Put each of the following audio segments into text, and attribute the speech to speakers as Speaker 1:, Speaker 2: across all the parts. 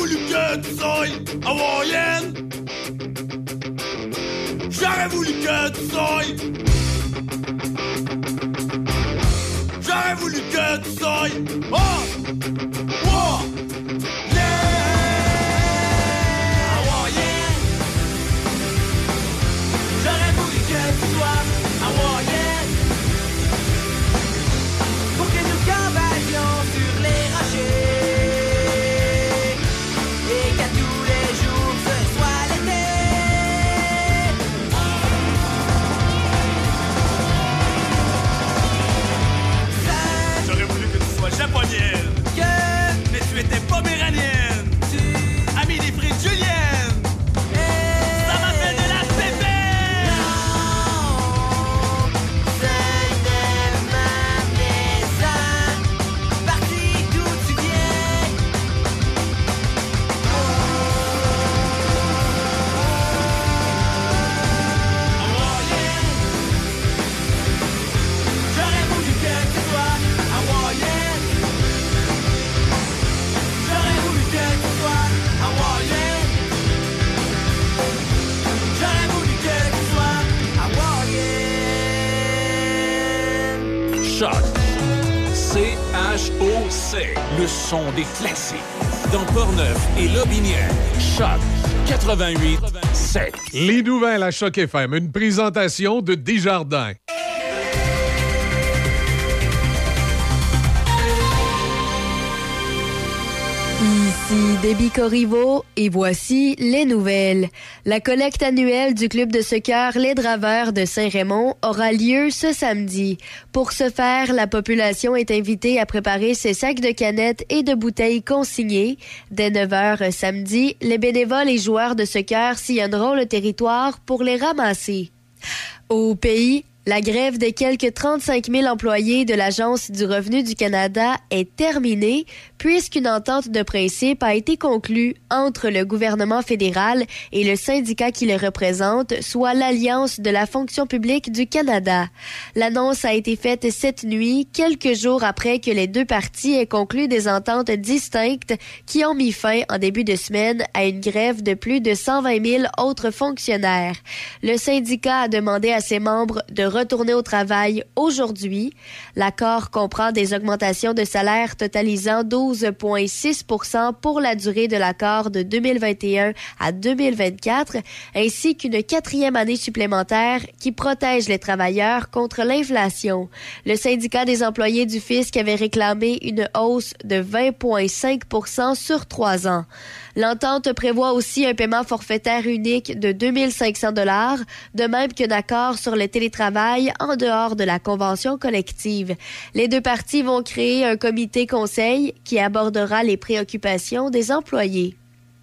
Speaker 1: voulu que tu sois hawaïenne. J'aurais voulu que tu sois. J'aurais voulu que tu sois. Oh! Oh! Yeah! Hawaïenne. J'aurais voulu que tu sois hawaïenne. Pour que nous cavalions sur les rochers. Et qu'à tous les jours ce soit l'été. J'aurais voulu que tu sois japonaienne. Mais tu étais poméranienne. Amie des frites julienne. Ça m'a fait de la pépé. Non, ce n'est ma maison. Parti d'où tu viens. Hawaïenne. J'aurais voulu que tu sois hawaïenne. J'aurais voulu que tu sois hawaïenne. J'aurais voulu que tu sois hawaïenne.
Speaker 2: Choc. C-H-O-C. Le son des classiques. Dans Portneuf et Lotbinière. Choc 88.7.
Speaker 3: Les nouvelles à Choc FM. Une présentation de Desjardins.
Speaker 4: Ici Déby Corriveau et voici les nouvelles. La collecte annuelle du club de soccer Les Draveurs de Saint-Raymond aura lieu ce samedi. Pour ce faire, la population est invitée à préparer ses sacs de canettes et de bouteilles consignés. Dès 9h samedi, les bénévoles et joueurs de soccer sillonneront le territoire pour les ramasser. Au pays, la grève des quelques 35 000 employés de l'Agence du revenu du Canada est terminée puisqu'une entente de principe a été conclue entre le gouvernement fédéral et le syndicat qui le représente, soit l'Alliance de la fonction publique du Canada. L'annonce a été faite cette nuit, quelques jours après que les deux parties aient conclu des ententes distinctes qui ont mis fin en début de semaine à une grève de plus de 120 000 autres fonctionnaires. Le syndicat a demandé à ses membres de retourner au travail aujourd'hui. L'accord comprend des augmentations de salaire totalisant 12,6 % pour la durée de l'accord de 2021 à 2024, ainsi qu'une quatrième année supplémentaire qui protège les travailleurs contre l'inflation. Le syndicat des employés du fisc avait réclamé une hausse de 20,5 % sur 3 ans. L'entente prévoit aussi un paiement forfaitaire unique de 2 500 $, de même qu'un accord sur le télétravail en dehors de la convention collective. Les deux parties vont créer un comité conseil qui abordera les préoccupations des employés.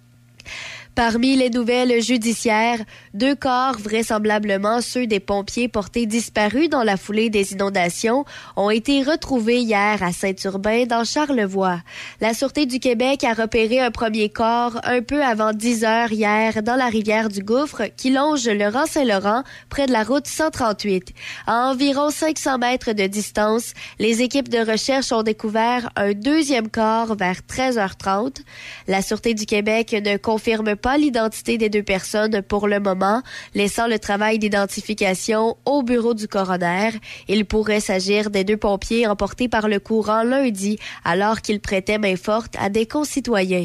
Speaker 4: Parmi les nouvelles judiciaires, 2 corps, vraisemblablement ceux des pompiers portés disparus dans la foulée des inondations, ont été retrouvés hier à Saint-Urbain, dans Charlevoix. La Sûreté du Québec a repéré un premier corps un peu avant 10 heures hier dans la rivière du Gouffre, qui longe le Rang-Saint-Laurent, près de la route 138. À environ 500 mètres de distance, les équipes de recherche ont découvert un deuxième corps vers 13h30. La Sûreté du Québec ne confirme pas l'identité des 2 personnes pour le moment, laissant le travail d'identification au bureau du coroner. Il pourrait s'agir des 2 pompiers emportés par le courant lundi, alors qu'ils prêtaient main forte à des concitoyens.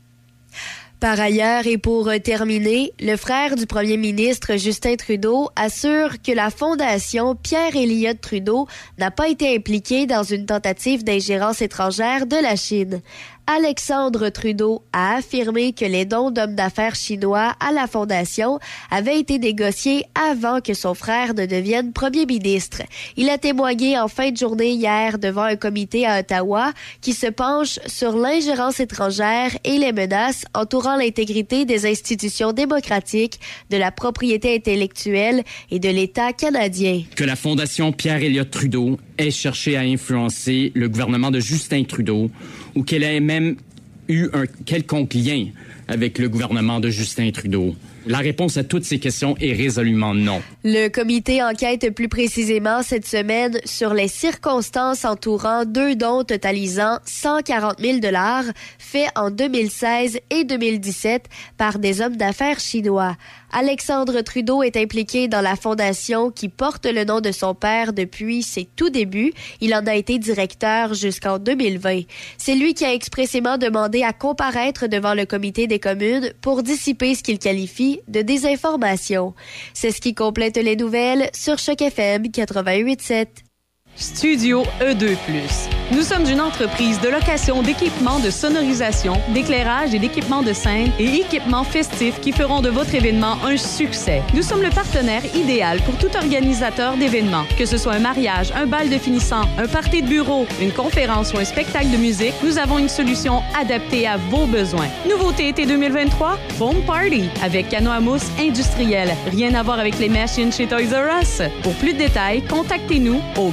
Speaker 4: Par ailleurs, et pour terminer, le frère du premier ministre Justin Trudeau assure que la fondation Pierre-Elliott Trudeau n'a pas été impliquée dans une tentative d'ingérence étrangère de la Chine. Alexandre Trudeau a affirmé que les dons d'hommes d'affaires chinois à la Fondation avaient été négociés avant que son frère ne devienne premier ministre. Il a témoigné en fin de journée hier devant un comité à Ottawa qui se penche sur l'ingérence étrangère et les menaces entourant l'intégrité des institutions démocratiques, de la propriété intellectuelle et de l'État canadien.
Speaker 5: Que la Fondation Pierre-Elliott Trudeau ait cherché à influencer le gouvernement de Justin Trudeau ou qu'elle ait même eu un quelconque lien avec le gouvernement de Justin Trudeau La réponse à toutes ces questions est résolument non.
Speaker 4: Le comité enquête plus précisément cette semaine sur les circonstances entourant 2 dons totalisant 140 000 $ faits en 2016 et 2017 par des hommes d'affaires chinois. Alexandre Trudeau est impliqué dans la fondation qui porte le nom de son père depuis ses tout débuts. Il en a été directeur jusqu'en 2020. C'est lui qui a expressément demandé à comparaître devant le comité des communes pour dissiper ce qu'il qualifie de désinformation. C'est ce qui complète les nouvelles sur Choc FM 88.7.
Speaker 6: Studio E2+. Nous sommes une entreprise de location d'équipements de sonorisation, d'éclairage et d'équipements de scène et équipements festifs qui feront de votre événement un succès. Nous sommes le partenaire idéal pour tout organisateur d'événements. Que ce soit un mariage, un bal de finissant, un party de bureau, une conférence ou un spectacle de musique, nous avons une solution adaptée à vos besoins. Nouveauté été 2023, Foam Party avec canot à mousse industriel. Rien à voir avec les machines chez Toys R Us. Pour plus de détails, contactez-nous au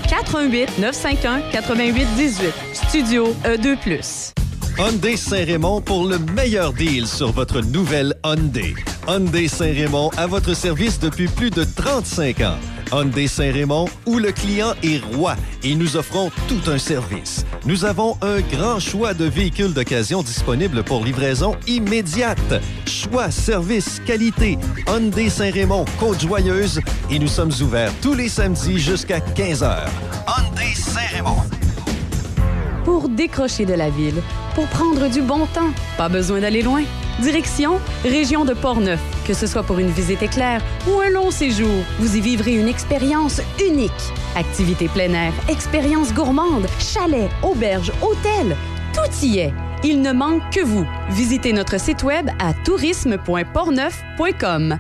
Speaker 6: 418-951-8818. Studio E2+.
Speaker 7: Hyundai Saint-Raymond pour le meilleur deal sur votre nouvelle Hyundai. Hyundai Saint-Raymond à votre service depuis plus de 35 ans. Hyundai Saint-Raymond, où le client est roi et nous offrons tout un service. Nous avons un grand choix de véhicules d'occasion disponibles pour livraison immédiate. Choix, service, qualité. Hyundai Saint-Raymond, Côte-Joyeuse et nous sommes ouverts tous les samedis jusqu'à 15h. Hyundai Saint-Raymond.
Speaker 6: Pour décrocher de la ville, pour prendre du bon temps, pas besoin d'aller loin. Direction, région de Portneuf. Que ce soit pour une visite éclair ou un long séjour, vous y vivrez une expérience unique. Activités plein air, expériences gourmandes, chalets, auberges, hôtels, tout y est. Il ne manque que vous. Visitez notre site web à tourisme.portneuf.com.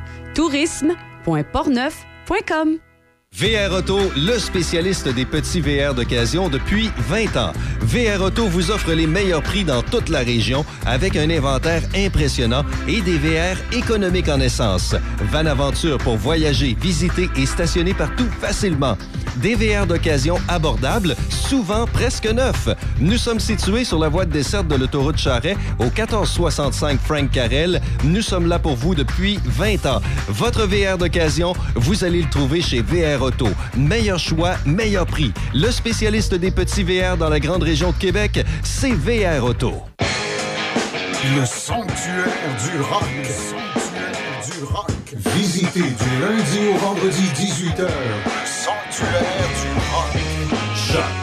Speaker 6: tourisme.portneuf.com.
Speaker 7: VR Auto, le spécialiste des petits VR d'occasion depuis 20 ans. VR Auto vous offre les meilleurs prix dans toute la région avec un inventaire impressionnant et des VR économiques en essence. Van Aventure pour voyager, visiter et stationner partout facilement. Des VR d'occasion abordables, souvent presque neufs. Nous sommes situés sur la voie de desserte de l'autoroute Charret au 1465 Frank Carrel. Nous sommes là pour vous depuis 20 ans. Votre VR d'occasion, vous allez le trouver chez VR Auto. Meilleur choix, meilleur prix. Le spécialiste des petits VR dans la grande région de Québec, c'est VR Auto.
Speaker 8: Le sanctuaire du rock. Le sanctuaire du rock. Visitez du lundi au vendredi 18h. Sanctuaire du rock.
Speaker 2: Choc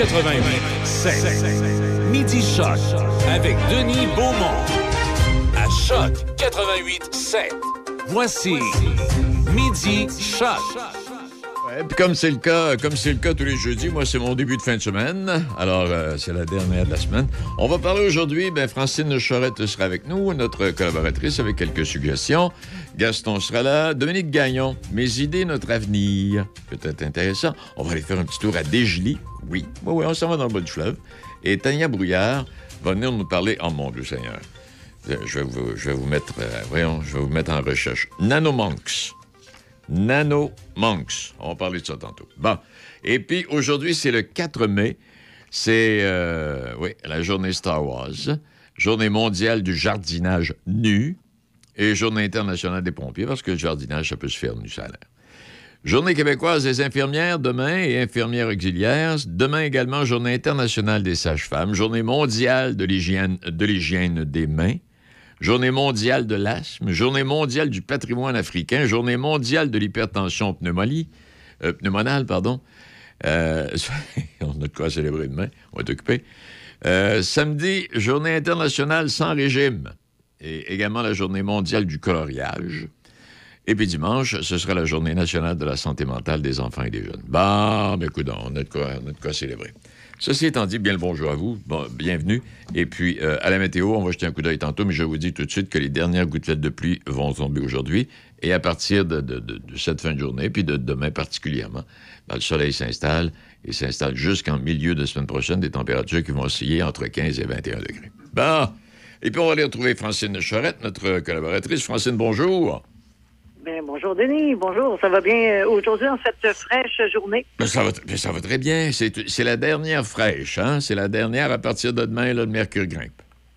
Speaker 2: 88.7. Midi Choc avec Denis Beaumont. À Choc 88.7. Voici Midi Choc.
Speaker 9: Ouais, puis comme c'est le cas tous les jeudis, moi, c'est mon début de fin de semaine. Alors, c'est la dernière de la semaine. On va parler aujourd'hui, Francine Charette sera avec nous, notre collaboratrice, avec quelques suggestions. Gaston sera là. Dominique Gagnon, mes idées, notre avenir. Peut-être intéressant. On va aller faire un petit tour à Desjely. Oui, on s'en va dans le bas du fleuve. Et Tania Brouillard va venir nous parler, oh mon Dieu Seigneur. Je vais vous mettre en recherche. Nanomonks. Nanomonks. On va parler de ça tantôt. Bon. Et puis, aujourd'hui, c'est le 4 mai. C'est, la journée Star Wars. Journée mondiale du jardinage nu. Et journée internationale des pompiers, parce que le jardinage, ça peut se faire nu, ça a l'air. Journée québécoise des infirmières demain et infirmières auxiliaires. Demain également, journée internationale des sages-femmes. Journée mondiale de l'hygiène des mains. Journée mondiale de l'asthme, journée mondiale du patrimoine africain, journée mondiale de l'hypertension pneummonale. On a de quoi célébrer demain, on va être occupé. Samedi, journée internationale sans régime et également la journée mondiale du coloriage. Et puis dimanche, ce sera la journée nationale de la santé mentale des enfants et des jeunes. Écoute, on a de quoi célébrer. Ceci étant dit, bien le bonjour à vous. Bon, bienvenue. Et puis, à la météo, on va jeter un coup d'œil tantôt, mais je vous dis tout de suite que les dernières gouttelettes de pluie vont tomber aujourd'hui. Et à partir de cette fin de journée, puis de demain particulièrement, le soleil s'installe et s'installe jusqu'en milieu de semaine prochaine, des températures qui vont osciller entre 15 et 21 degrés. Bon. Et puis, on va aller retrouver Francine Charette, notre collaboratrice. Francine, bonjour.
Speaker 10: Bonjour Denis, bonjour. Ça va bien aujourd'hui en cette fraîche journée?
Speaker 9: Ça va très bien. C'est la dernière fraîche, hein? C'est la dernière à partir de demain, là, le mercure grimpe.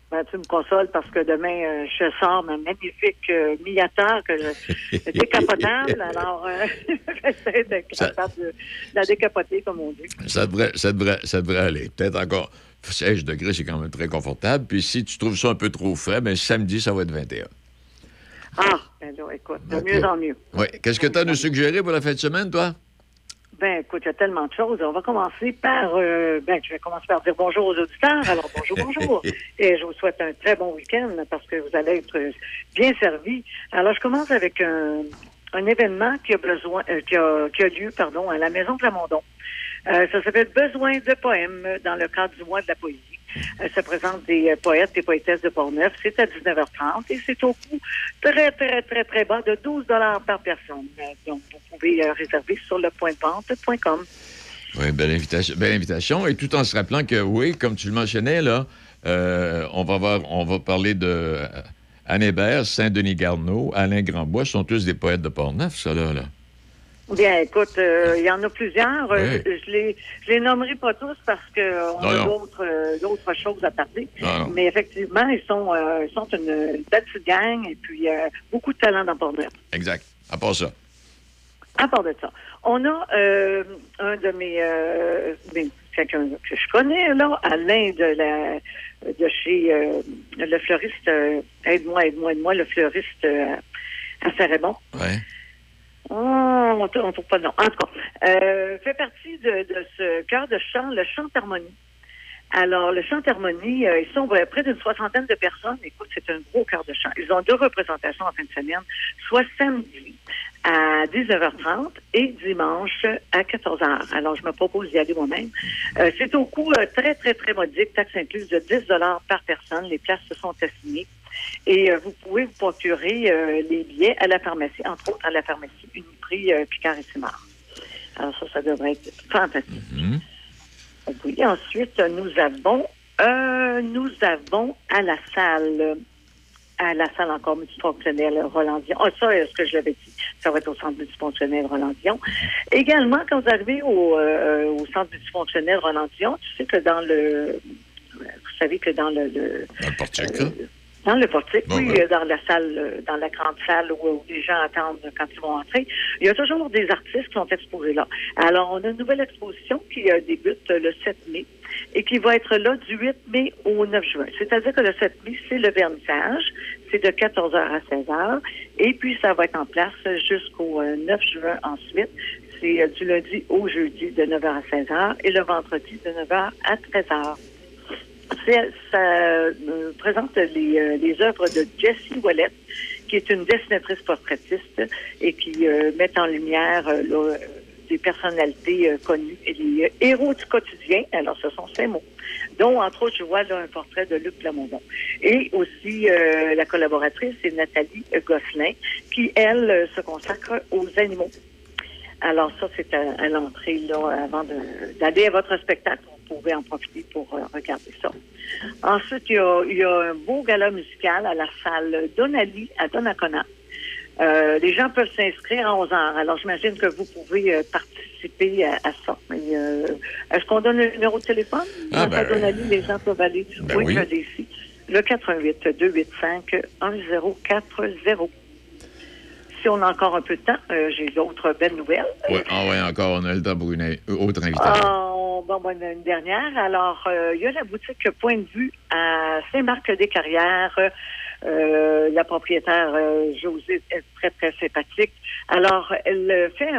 Speaker 10: Ben, tu me consoles parce que demain, je sors ma magnifique Miata décapotable. Alors, j'essaie d'être capable de la décapoter, comme on dit.
Speaker 9: Ça devrait aller. Peut-être encore 16 degrés, c'est quand même très confortable. Puis si tu trouves ça un peu trop frais, ben samedi, ça va être 21.
Speaker 10: Ah, ben là, écoute, de mieux en mieux.
Speaker 9: Oui. Qu'est-ce que tu as à nous suggérer pour la fin de semaine, toi?
Speaker 10: Ben, écoute, il y a tellement de choses. On va commencer par... je vais commencer par dire bonjour aux auditeurs. Alors, bonjour. Et je vous souhaite un très bon week-end parce que vous allez être bien servis. Alors, je commence avec un événement qui a lieu à la Maison Plamondon. Ça s'appelle Besoin de poèmes dans le cadre du mois de la poésie. Ça présente des poètes et poétesses de Portneuf. C'est à 19h30 et c'est au coût très, très, très, très bas de 12 $ par personne. Donc, vous pouvez réserver sur lepointdevente.com.
Speaker 9: Oui, belle invitation. Et tout en se rappelant que, oui, comme tu le mentionnais, là, on va parler de Anne Hébert, Saint-Denis-Garneau, Alain Grandbois, sont tous des poètes de Portneuf, ça, là.
Speaker 10: Bien, écoute, il y en a plusieurs. Oui. Je les nommerai pas tous parce qu'on a d'autres choses à parler. Non. Mais effectivement, ils sont une belle petite gang et puis beaucoup de talent dans Portneuf.
Speaker 9: Exact. À part ça.
Speaker 10: À part de ça. On a un de mes quelqu'un que je connais, là, Alain de chez le fleuriste Aide-moi, le fleuriste à Saint-Raymond.
Speaker 9: Oui.
Speaker 10: On ne trouve pas de nom. En tout cas, fait partie de ce chœur de chant, le chant harmonie. Alors, le chant harmonie, ils sont près d'une 60aine de personnes. Écoute, c'est un gros chœur de chant. Ils ont 2 représentations en fin de semaine, soit samedi à 19h30 et dimanche à 14h. Alors, je me propose d'y aller moi-même. C'est au coût très, très, très modique, taxe incluse de 10 $ par personne. Les places se sont assignées. Et vous pouvez vous procurer les billets à la pharmacie, entre autres à la pharmacie Uniprix Picard et Simard. Alors ça devrait être fantastique.
Speaker 9: Mm-hmm.
Speaker 10: Oui, ensuite, nous avons à la salle encore multifonctionnelle Roland-Dion. Ah, ça, est-ce que je l'avais dit? Ça va être au centre multifonctionnel Roland-Dion. Également, quand vous arrivez au centre multifonctionnel Roland-Dion, tu sais que dans le
Speaker 9: portique,
Speaker 10: dans le portique, dans la salle, dans la grande salle où les gens attendent quand ils vont entrer, il y a toujours des artistes qui sont exposés là. Alors, on a une nouvelle exposition qui débute le 7 mai et qui va être là du 8 mai au 9 juin. C'est-à-dire que le 7 mai, c'est le vernissage. C'est de 14h à 16h. Et puis, ça va être en place jusqu'au 9 juin ensuite. C'est du lundi au jeudi de 9h à 16h et le vendredi de 9h à 13h. Ça présente les œuvres de Jessie Ouellette, qui est une dessinatrice portraitiste et qui met en lumière des personnalités connues et les héros du quotidien. Alors, ce sont ces mots, dont, entre autres, je vois là un portrait de Luc Plamondon. Et aussi, la collaboratrice, c'est Nathalie Gosselin, qui, elle, se consacre aux animaux. Alors, ça, c'est à l'entrée, là, avant d'aller à votre spectacle. Vous pouvez en profiter pour regarder ça. Ensuite, il y a un beau gala musical à la salle Donali à Donnacona. Les gens peuvent s'inscrire à 11h. Alors, j'imagine que vous pouvez participer à ça. Mais, est-ce qu'on donne le numéro de téléphone? À Donali, les gens peuvent aller. Oui, je l'ai ici. Le 88-285-1040. Si on a encore un peu de temps, j'ai d'autres belles nouvelles.
Speaker 9: Oui, encore, on a le temps pour une autre invitation.
Speaker 10: Une dernière. Alors, il y a la boutique Point de Vue à Saint-Marc-des-Carrières. La propriétaire, Josée, est très, très sympathique. Alors, elle fait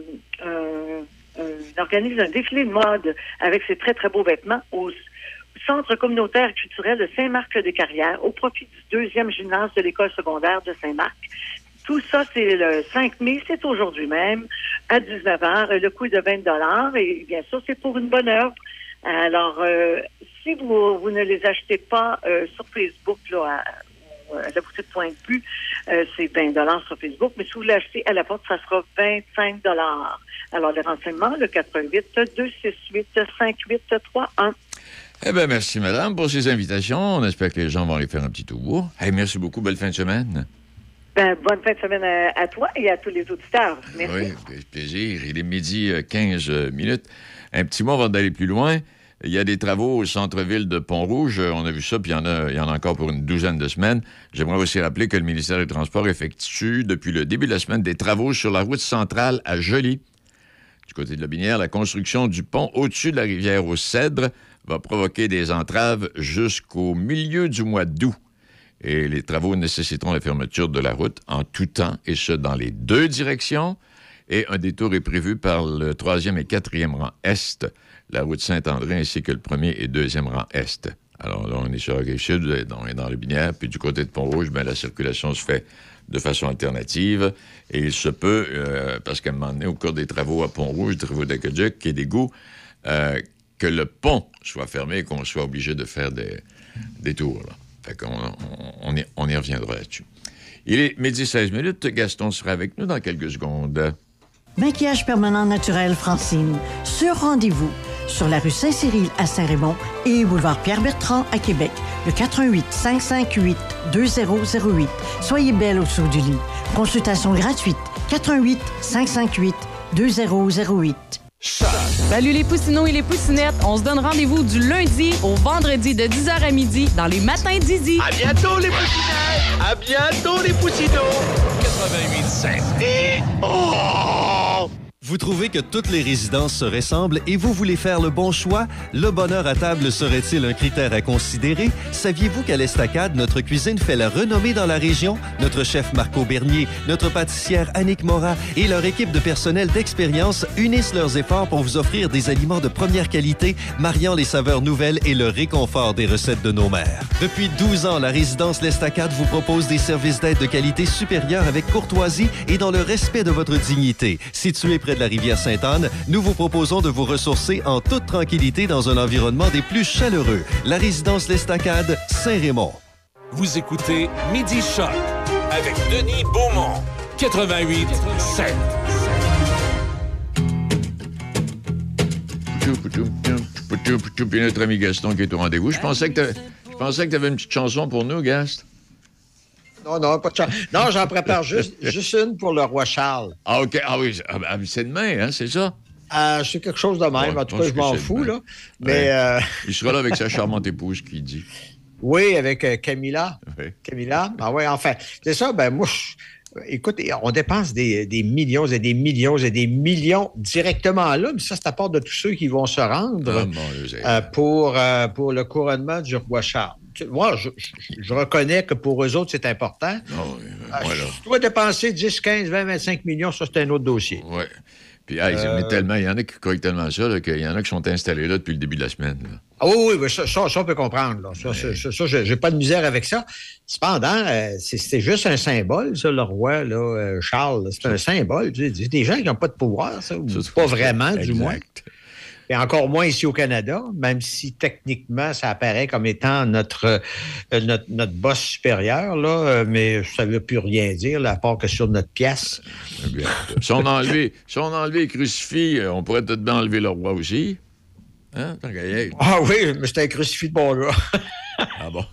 Speaker 10: organise un défilé de mode avec ses très, très beaux vêtements au Centre communautaire culturel de Saint-Marc-des-Carrières au profit du 2e gymnase de l'école secondaire de Saint-Marc. Tout ça, c'est le 5 mai, c'est aujourd'hui même, à 19h. Le coût est de 20 $ et bien sûr, c'est pour une bonne œuvre. Alors, si vous ne les achetez pas sur Facebook, là, à la boutique Point de Vue, c'est 20 $ sur Facebook, mais si vous l'achetez à la porte, ça sera 25 $. Alors, les renseignements, le 88-268-5831.
Speaker 9: Eh bien, merci, madame, pour ces invitations. On espère que les gens vont aller faire un petit tour. Hey, merci beaucoup. Belle fin de semaine.
Speaker 10: Bonne fin de semaine à toi et à tous les auditeurs. Merci.
Speaker 9: Oui, plaisir. Il est midi 15 minutes. Un petit mot avant d'aller plus loin. il y a des travaux au centre-ville de Pont-Rouge. On a vu ça, puis il y en a encore pour une douzaine de semaines. J'aimerais aussi rappeler que le ministère des Transports effectue depuis le début de la semaine des travaux sur la route centrale à Joly. Du côté de Lobinière, la construction du pont au-dessus de la rivière aux Cèdres va provoquer des entraves jusqu'au milieu du mois d'août. Et les travaux nécessiteront la fermeture de la route en tout temps, et ce, dans les deux directions. Et un détour est prévu par le 3e et 4e rang Est, la route Saint-André, ainsi que le 1er et 2e rang Est. Alors là, on est sur la Rive-Sud, on est dans le Binière, puis du côté de Pont-Rouge, bien, la circulation se fait de façon alternative. Et il se peut, parce qu'à un moment donné, au cours des travaux à Pont-Rouge, des travaux d'aqueduc et d'égouts, que le pont soit fermé et qu'on soit obligé de faire des tours, là. Fait qu'on y reviendra là-dessus. Il est 12h16. Gaston sera avec nous dans quelques secondes.
Speaker 11: Maquillage permanent naturel Francine. Sur rendez-vous. Sur la rue Saint-Cyril à Saint-Raymond et boulevard Pierre-Bertrand à Québec. Le 418-558-2008. Soyez belle au saut du lit. Consultation gratuite. 418-558-2008.
Speaker 6: Salut les poussinots et les poussinettes. On se donne rendez-vous du lundi au vendredi de 10h à midi dans les matins d'Izzy.
Speaker 12: À bientôt les poussinettes! À bientôt les poussinots!
Speaker 7: 88.7. Oh! Vous trouvez que toutes les résidences se ressemblent et vous voulez faire le bon choix? Le bonheur à table serait-il un critère à considérer? Saviez-vous qu'à l'Estacade, notre cuisine fait la renommée dans la région? Notre chef Marco Bernier, notre pâtissière Annick Morat et leur équipe de personnel d'expérience unissent leurs efforts pour vous offrir des aliments de première qualité, mariant les saveurs nouvelles et le réconfort des recettes de nos mères. Depuis 12 ans, la résidence l'Estacade vous propose des services d'aide de qualité supérieure avec courtoisie et dans le respect de votre dignité. Situé près de la rivière Sainte-Anne, nous vous proposons de vous ressourcer en toute tranquillité dans un environnement des plus chaleureux. La résidence l'Estacade, Saint-Raymond.
Speaker 2: Vous écoutez Midi Choc avec Denis Beaumont, 88.7.
Speaker 9: Puis notre ami Gaston qui est au rendez-vous. Je pensais que tu avais une petite chanson pour nous, Gast.
Speaker 13: Non, pas de chance. Non, j'en prépare juste une pour le roi Charles.
Speaker 9: Ah, OK. Ah oui, c'est demain, hein, c'est ça?
Speaker 13: C'est quelque chose de même. En tout cas, je m'en fous, là. Mais,
Speaker 9: il sera là avec sa charmante épouse qui dit.
Speaker 13: Oui, avec Camilla.
Speaker 9: Oui.
Speaker 13: Camilla? Ah oui, enfin. C'est ça, moi, écoute, on dépense des millions et des millions et des millions directement là, mais ça, c'est à part de tous ceux qui vont se rendre pour le couronnement du roi Charles. Moi, je reconnais que pour eux autres, c'est important. Tu dois dépenser 10, 15, 20, 25 millions, ça, c'est un autre dossier.
Speaker 9: Oui. Puis, tellement, il y en a qui croient tellement ça, là, qu'il y en a qui sont installés là depuis le début de la semaine. Là.
Speaker 13: Ah oui, ça, on peut comprendre. Là. Ça, j'ai pas de misère avec ça. Cependant, c'est juste un symbole, ça, le roi, là, Charles. C'est un symbole. Tu sais, des gens qui n'ont pas de pouvoir, ça, ou pas vraiment, du moins. Et encore moins ici au Canada, même si techniquement, ça apparaît comme étant notre boss supérieur, là, mais ça ne veut plus rien dire, là, à part que sur notre pièce.
Speaker 9: Si on enlevait les crucifix, on pourrait peut-être enlever le roi aussi. Hein?
Speaker 13: Ah oui, mais c'était un crucifix de bon gars.
Speaker 9: Ah bon?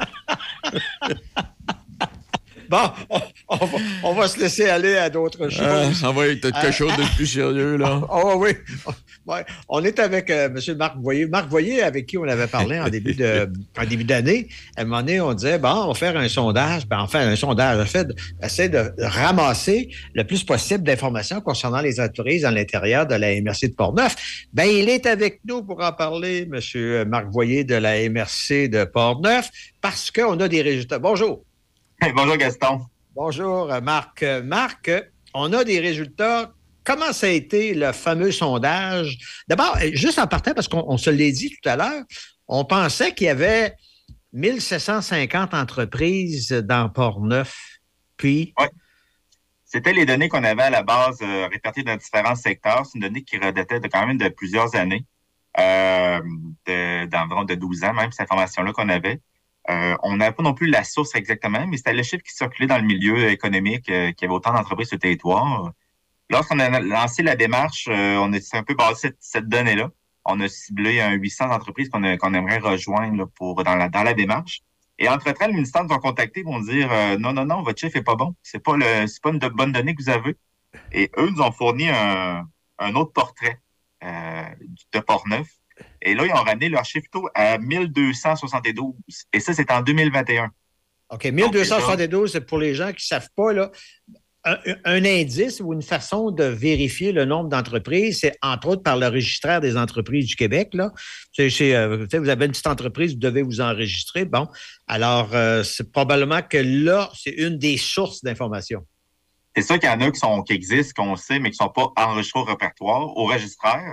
Speaker 13: Bon, on va se laisser aller à d'autres choses.
Speaker 9: On va être quelque chose de plus sérieux, là.
Speaker 13: Ah oui. Ouais. On est avec M. Marc Voyer. Marc Voyer, avec qui on avait parlé en début d'année. À un moment donné, on disait, on va faire un sondage. On essaie de ramasser le plus possible d'informations concernant les entreprises dans l'intérieur de la MRC de Portneuf. Il est avec nous pour en parler, M. Marc Voyer de la MRC de Portneuf, parce qu'on a des résultats. Bonjour.
Speaker 14: Bonjour, Gaston.
Speaker 13: Bonjour, Marc. Marc, on a des résultats. Comment ça a été le fameux sondage? D'abord, juste en partant, parce qu'on se l'est dit tout à l'heure, on pensait qu'il y avait 1750 entreprises dans Portneuf. Puis...
Speaker 14: Oui. C'était les données qu'on avait à la base réparties dans différents secteurs. C'est une donnée qui redatait quand même de plusieurs années, d'environ de 12 ans même, cette information-là qu'on avait. On n'avait pas non plus la source exactement, mais c'était le chiffre qui circulait dans le milieu économique, qu'il y avait autant d'entreprises sur le territoire. Lorsqu'on a lancé la démarche, on a un peu basé cette donnée-là. On a ciblé 800 entreprises qu'on aimerait rejoindre là, dans la démarche. Et entre-temps, le ministère nous a contactés, vont dire non, votre chiffre n'est pas bon. C'est pas une bonne donnée que vous avez. Et eux nous ont fourni un autre portrait de Portneuf. Et là, ils ont ramené leur chiffre taux à 1272. Et ça, c'est en 2021.
Speaker 13: OK, 1272, c'est pour les gens qui ne savent pas, là, un indice ou une façon de vérifier le nombre d'entreprises, c'est entre autres par le registraire des entreprises du Québec. Là. Vous avez une petite entreprise, vous devez vous enregistrer. Bon, alors c'est probablement que là, c'est une des sources d'information.
Speaker 14: C'est sûr qu'il y en a qui existent, qu'on sait, mais qui ne sont pas enregistrés au répertoire, au registraire.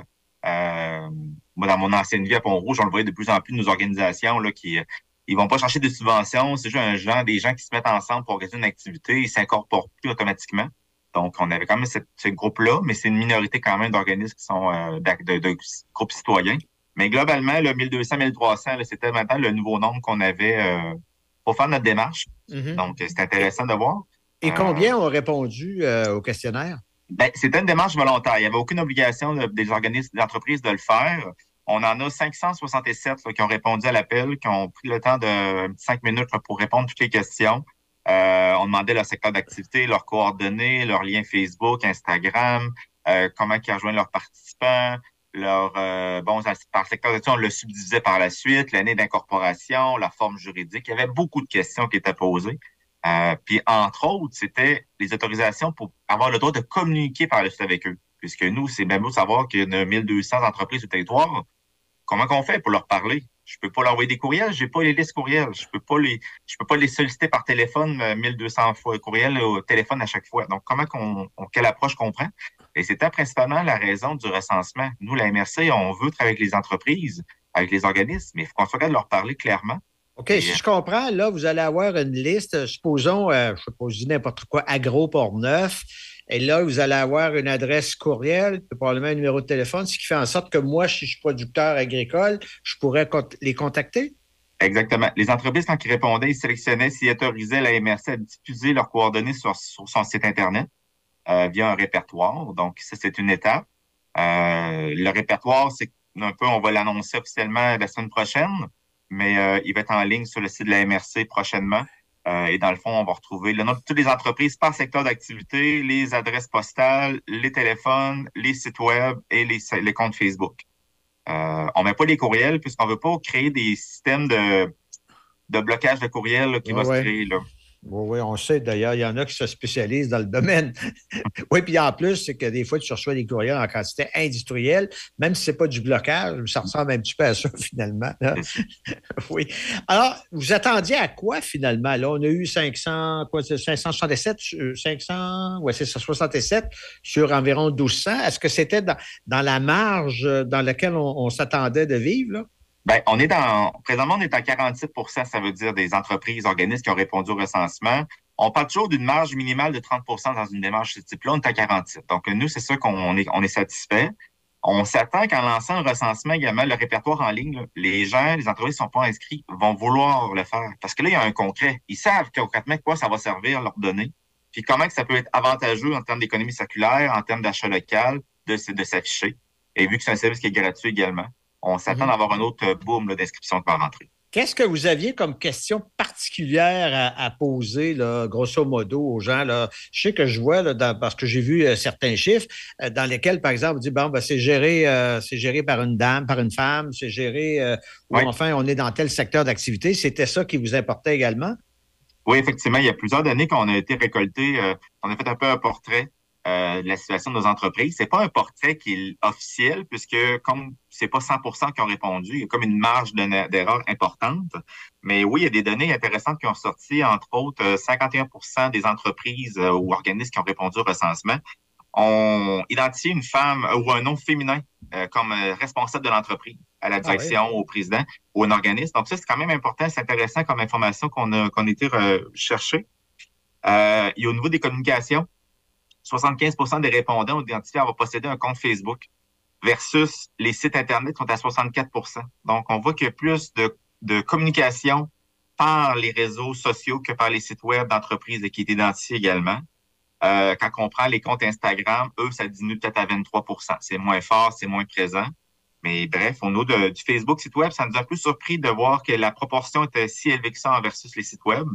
Speaker 14: Moi, dans mon ancienne vie à Pont-Rouge, on le voyait de plus en plus de nos organisations là, qui ils vont pas chercher des subventions, c'est juste des gens qui se mettent ensemble pour organiser une activité, ils s'incorporent plus automatiquement. Donc, on avait quand même ce groupe-là, mais c'est une minorité quand même d'organismes qui sont de groupes citoyens. Mais globalement, le 1200, 1300, là, c'était maintenant le nouveau nombre qu'on avait pour faire notre démarche. Mm-hmm. Donc, c'est intéressant de voir.
Speaker 13: Et combien ont répondu au questionnaire?
Speaker 14: Ben, c'était une démarche volontaire. Il n'y avait aucune obligation des organismes, des entreprises de le faire. On en a 567 là, qui ont répondu à l'appel, qui ont pris le temps de 5 minutes là, pour répondre à toutes les questions. On demandait leur secteur d'activité, leurs coordonnées, leurs liens Facebook, Instagram, comment ils rejoignent leurs participants, par secteur d'activité, on le subdivisait par la suite, l'année d'incorporation, la forme juridique. Il y avait beaucoup de questions qui étaient posées. Puis, entre autres, c'était les autorisations pour avoir le droit de communiquer par la suite avec eux. Puisque nous, c'est même beau de savoir qu'il y a 1200 entreprises sur le territoire. Comment qu'on fait pour leur parler? Je peux pas leur envoyer des courriels, j'ai pas les listes courriels. Je peux pas les solliciter par téléphone 1200 fois courriels au téléphone à chaque fois. Donc, quelle approche qu'on prend? Et c'était principalement la raison du recensement. Nous, la MRC, on veut travailler avec les entreprises, avec les organismes, mais il faut qu'on soit capable de leur parler clairement.
Speaker 13: OK, si je comprends, là, vous allez avoir une liste, supposons, je sais pas, je dis n'importe quoi, Agro-Portneuf. Et là, vous allez avoir une adresse courriel, probablement un numéro de téléphone, ce qui fait en sorte que moi, si je suis producteur agricole, je pourrais les contacter?
Speaker 14: Exactement. Les entreprises, quand ils répondaient, ils sélectionnaient s'ils autorisaient la MRC à diffuser leurs coordonnées sur son site Internet via un répertoire. Donc, ça, c'est une étape. Le répertoire, c'est un peu, on va l'annoncer officiellement la semaine prochaine, mais il va être en ligne sur le site de la MRC prochainement. Et dans le fond, on va retrouver le nom de toutes les entreprises par secteur d'activité, les adresses postales, les téléphones, les sites web et les comptes Facebook. On met pas les courriels puisqu'on veut pas créer des systèmes de blocage de courriels là, qui va se créer là.
Speaker 13: Oui, on sait d'ailleurs, il y en a qui se spécialisent dans le domaine. Oui, puis en plus, c'est que des fois, tu reçois des courriels en quantité industrielle, même si ce n'est pas du blocage, ça ressemble un petit peu à ça finalement. Là. Oui. Alors, vous attendiez à quoi finalement? Là, on a eu 567 sur environ 1200. Est-ce que c'était dans la marge dans laquelle on s'attendait de vivre, là?
Speaker 14: Ben, présentement, on est à 47 %, ça veut dire des entreprises, organismes qui ont répondu au recensement. On parle toujours d'une marge minimale de 30 % dans une démarche de ce type-là, on est à 47. Donc, nous, c'est sûr qu'on est satisfait. On s'attend qu'en lançant un recensement également, le répertoire en ligne, là, les gens, les entreprises qui ne sont pas inscrits vont vouloir le faire. Parce que là, il y a un concret. Ils savent concrètement quoi ça va servir, leurs données, puis comment que ça peut être avantageux en termes d'économie circulaire, en termes d'achat local, de s'afficher. Et vu que c'est un service qui est gratuit également, on s'attend d'avoir un autre boom là, d'inscription par rentrée.
Speaker 13: Qu'est-ce que vous aviez comme question particulière à poser, là, grosso modo, aux gens? Là? Je sais que je vois, là, parce que j'ai vu certains chiffres, dans lesquels, par exemple, on dit, bon, ben, c'est géré par une dame, par une femme, c'est géré, ou enfin, on est dans tel secteur d'activité. C'était ça qui vous importait également?
Speaker 14: Oui, effectivement. Il y a plusieurs données qu'on a été récoltées. On a fait un peu un portrait de la situation de nos entreprises. C'est pas un portrait qui est officiel, puisque comme c'est pas 100% qui ont répondu, il y a comme une marge d'erreur importante. Mais oui, il y a des données intéressantes qui ont sorti, entre autres, 51% des entreprises ou organismes qui ont répondu au recensement ont identifié une femme ou un nom féminin comme responsable de l'entreprise, à la direction, au président, ou un organisme. Donc ça, c'est quand même important, c'est intéressant comme information qu'on a été chercher. Il y a au niveau des communications, 75 % des répondants ont identifié avoir possédé un compte Facebook versus les sites Internet qui sont à 64 %. Donc, on voit qu'il y a plus de communication par les réseaux sociaux que par les sites web d'entreprises qui est identifié également. Quand on prend les comptes Instagram, eux, ça diminue peut-être à 23 %. C'est moins fort, c'est moins présent. Mais bref, au niveau du Facebook site web, ça nous a un peu surpris de voir que la proportion était si élevée que ça versus les sites web.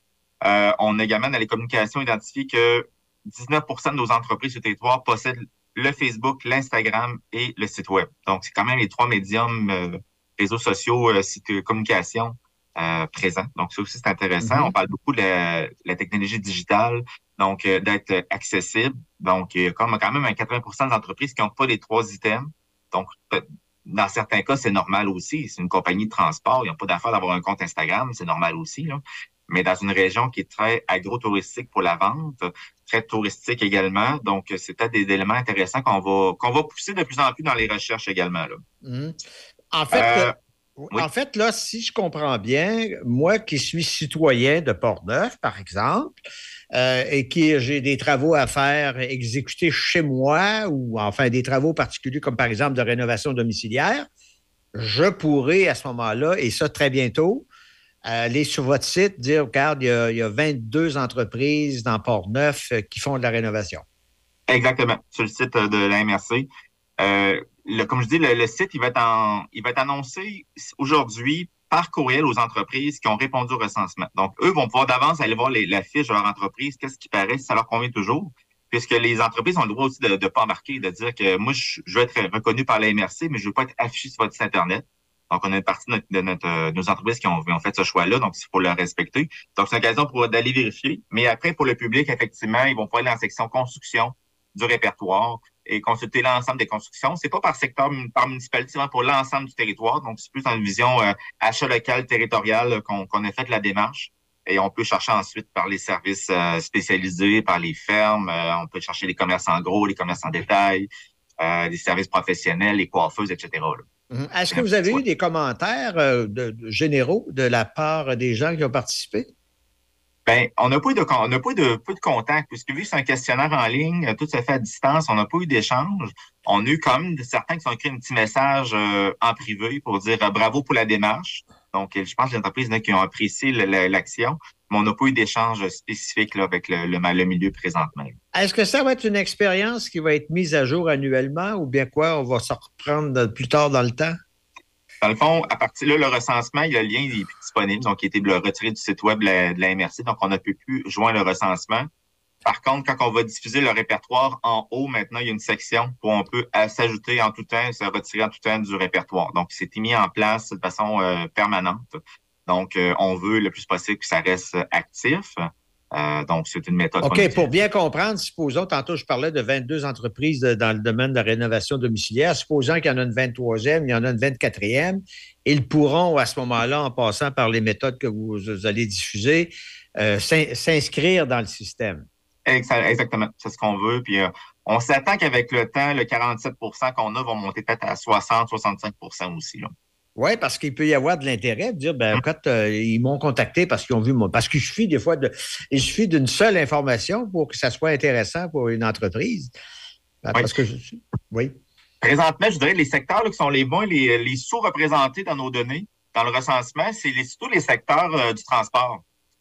Speaker 14: On a également dans les communications identifié que 19 % de nos entreprises sur le territoire possèdent le Facebook, l'Instagram et le site web. Donc, c'est quand même les 3 médiums, réseaux sociaux, sites de communication présents. Donc, ça aussi, c'est intéressant. On parle beaucoup de la technologie digitale, donc d'être accessible. Donc, il y a quand même un 80% des entreprises qui n'ont pas les 3 items. Donc, dans certains cas, c'est normal aussi. C'est une compagnie de transport. Ils n'ont pas d'affaire d'avoir un compte Instagram. C'est normal aussi, là. Mais dans une région qui est très agro-touristique pour la vente, très touristique également. Donc, c'est peut-être des éléments intéressants qu'on va pousser de plus en plus dans les recherches également, là.
Speaker 13: En fait, là, si je comprends bien, moi qui suis citoyen de Portneuf, par exemple, et qui j'ai des travaux à faire exécuter chez moi, ou enfin des travaux particuliers comme par exemple de rénovation domiciliaire, je pourrais à ce moment-là, et ça très bientôt, aller sur votre site, dire, regarde, il y a 22 entreprises dans Portneuf qui font de la rénovation.
Speaker 14: Exactement, sur le site de la MRC. Comme je dis, le site, il va être annoncé aujourd'hui par courriel aux entreprises qui ont répondu au recensement. Donc, eux vont pouvoir d'avance aller voir la fiche de leur entreprise, qu'est-ce qui paraît, si ça leur convient toujours, puisque les entreprises ont le droit aussi de ne pas embarquer, de dire que moi, je veux être reconnu par la MRC, mais je ne veux pas être affiché sur votre site Internet. Donc, on a une partie de nos entreprises qui ont fait ce choix-là, donc il faut le respecter. Donc, c'est une occasion d'aller vérifier. Mais après, pour le public, effectivement, ils vont pouvoir aller dans la section construction du répertoire et consulter l'ensemble des constructions. C'est pas par secteur, par municipalité, c'est vraiment pour l'ensemble du territoire. Donc, c'est plus dans une vision achat local, territorial qu'on a fait la démarche. Et on peut chercher ensuite par les services spécialisés, par les fermes. On peut chercher les commerces en gros, les commerces en détail, les services professionnels, les coiffeuses, etc. Là.
Speaker 13: Est-ce que vous avez eu des commentaires généraux de la part des gens qui ont participé?
Speaker 14: Ben, on n'a pas eu de contact, puisque vu que c'est un questionnaire en ligne, tout se fait à distance, on n'a pas eu d'échange. On a eu quand même certains qui ont écrit un petit message en privé pour dire bravo pour la démarche. Donc, je pense que les entreprises qui ont apprécié l'action, mais on n'a pas eu d'échange spécifique là, avec le milieu présentement.
Speaker 13: Est-ce que ça va être une expérience qui va être mise à jour annuellement ou bien quoi? On va se reprendre plus tard dans le temps?
Speaker 14: Dans le fond, à partir de là, le recensement, le lien il est plus disponible, donc il a été retiré du site web de la MRC, donc on ne peut plus joindre le recensement. Par contre, quand on va diffuser le répertoire, en haut, maintenant, il y a une section où on peut s'ajouter en tout temps, se retirer en tout temps du répertoire. Donc, c'est mis en place de façon permanente. Donc, on veut le plus possible que ça reste actif. Donc, c'est une méthode.
Speaker 13: OK, pour bien comprendre, supposons, tantôt, je parlais de 22 entreprises dans le domaine de la rénovation domiciliaire. Supposons qu'il y en a une 23e, il y en a une 24e. Ils pourront, à ce moment-là, en passant par les méthodes que vous allez diffuser, s'inscrire dans le système.
Speaker 14: Exactement, c'est ce qu'on veut. Puis, on s'attend qu'avec le temps, le 47 qu'on a va monter peut-être à 60-65 aussi, là.
Speaker 13: Oui, parce qu'il peut y avoir de l'intérêt de dire, ils m'ont contacté parce qu'ils ont vu parce qu'il suffit des fois il suffit d'une seule information pour que ça soit intéressant pour une entreprise. Parce que oui.
Speaker 14: Présentement, je dirais les secteurs là, qui sont les bons, les sous-représentés dans nos données, dans le recensement, c'est surtout les secteurs du transport.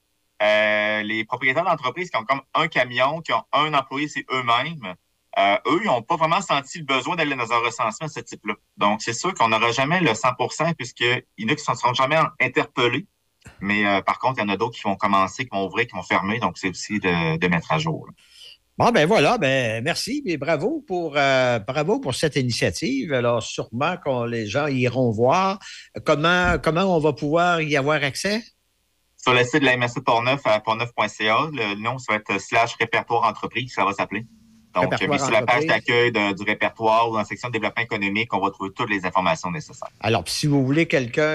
Speaker 14: Les propriétaires d'entreprises qui ont comme un camion, qui ont un employé, c'est eux-mêmes. Eux, ils n'ont pas vraiment senti le besoin d'aller dans un recensement de ce type-là. Donc, c'est sûr qu'on n'aura jamais le 100% puisqu'il y en a qui ne seront jamais interpellés. Mais par contre, il y en a d'autres qui vont commencer, qui vont ouvrir, qui vont fermer. Donc, c'est aussi de mettre à jour. Là.
Speaker 13: Bon, ben voilà, merci et bravo pour cette initiative. Alors, sûrement que les gens iront voir comment on va pouvoir y avoir accès.
Speaker 14: Sur le site de la MRC Portneuf, à portneuf.ca, le nom, ça va être / répertoire entreprise, ça va s'appeler. Donc, sur la page d'accueil du répertoire ou dans la section de développement économique, on va trouver toutes les informations nécessaires.
Speaker 13: Alors, si vous voulez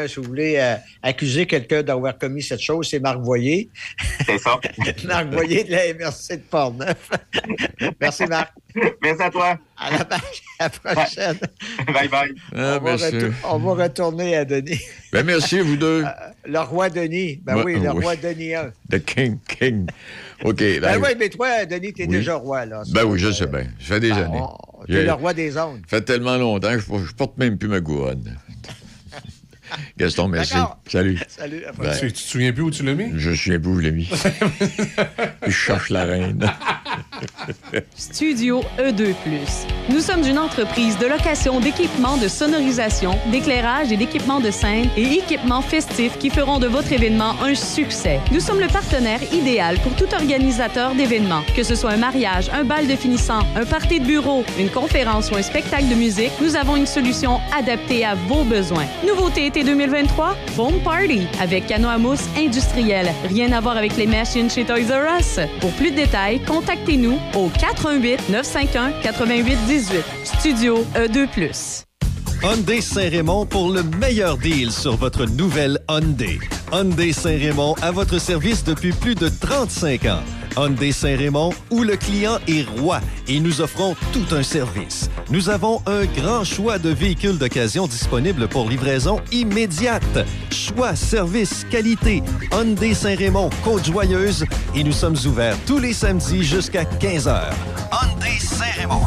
Speaker 13: accuser quelqu'un d'avoir commis cette chose, c'est Marc Voyer.
Speaker 14: C'est ça.
Speaker 13: Marc Voyer de la MRC de Portneuf. Merci, Marc.
Speaker 14: Merci à toi.
Speaker 13: À la prochaine.
Speaker 14: Bye bye.
Speaker 13: On va retourner à Denis.
Speaker 9: Merci, vous deux.
Speaker 13: Le roi Denis. Le roi Denis 1.
Speaker 9: The King. OK.
Speaker 13: Oui, mais toi, Denis, tu es déjà roi. Là,
Speaker 9: oui, je sais bien. Ça fait des années.
Speaker 13: Tu es le roi des ondes.
Speaker 9: Ça fait tellement longtemps que je porte même plus ma couronne. Gaston, merci.
Speaker 13: D'accord.
Speaker 9: Salut.
Speaker 13: Salut.
Speaker 3: Tu te souviens plus où tu l'as mis?
Speaker 9: Je ne me souviens plus où je l'ai mis. Je cherche la reine.
Speaker 6: Studio E2+. Nous sommes une entreprise de location d'équipements de sonorisation, d'éclairage et d'équipements de scène et équipements festifs qui feront de votre événement un succès. Nous sommes le partenaire idéal pour tout organisateur d'événements. Que ce soit un mariage, un bal de finissant, un party de bureau, une conférence ou un spectacle de musique, nous avons une solution adaptée à vos besoins. Nouveauté été 2023, Foam Party avec canot à mousse industriel. Rien à voir avec les machines chez Toys R Us. Pour plus de détails, contactez-nous au 418-951-8818. Studio E2+.
Speaker 7: Hyundai Saint-Raymond pour le meilleur deal sur votre nouvelle Hyundai. Hyundai Saint-Raymond à votre service depuis plus de 35 ans. Hyundai Saint-Raymond, où le client est roi et nous offrons tout un service. Nous avons un grand choix de véhicules d'occasion disponibles pour livraison immédiate. Choix, service, qualité. Hyundai Saint-Raymond, Côte-Joyeuse et nous sommes ouverts tous les samedis jusqu'à 15h. Hyundai Saint-Raymond.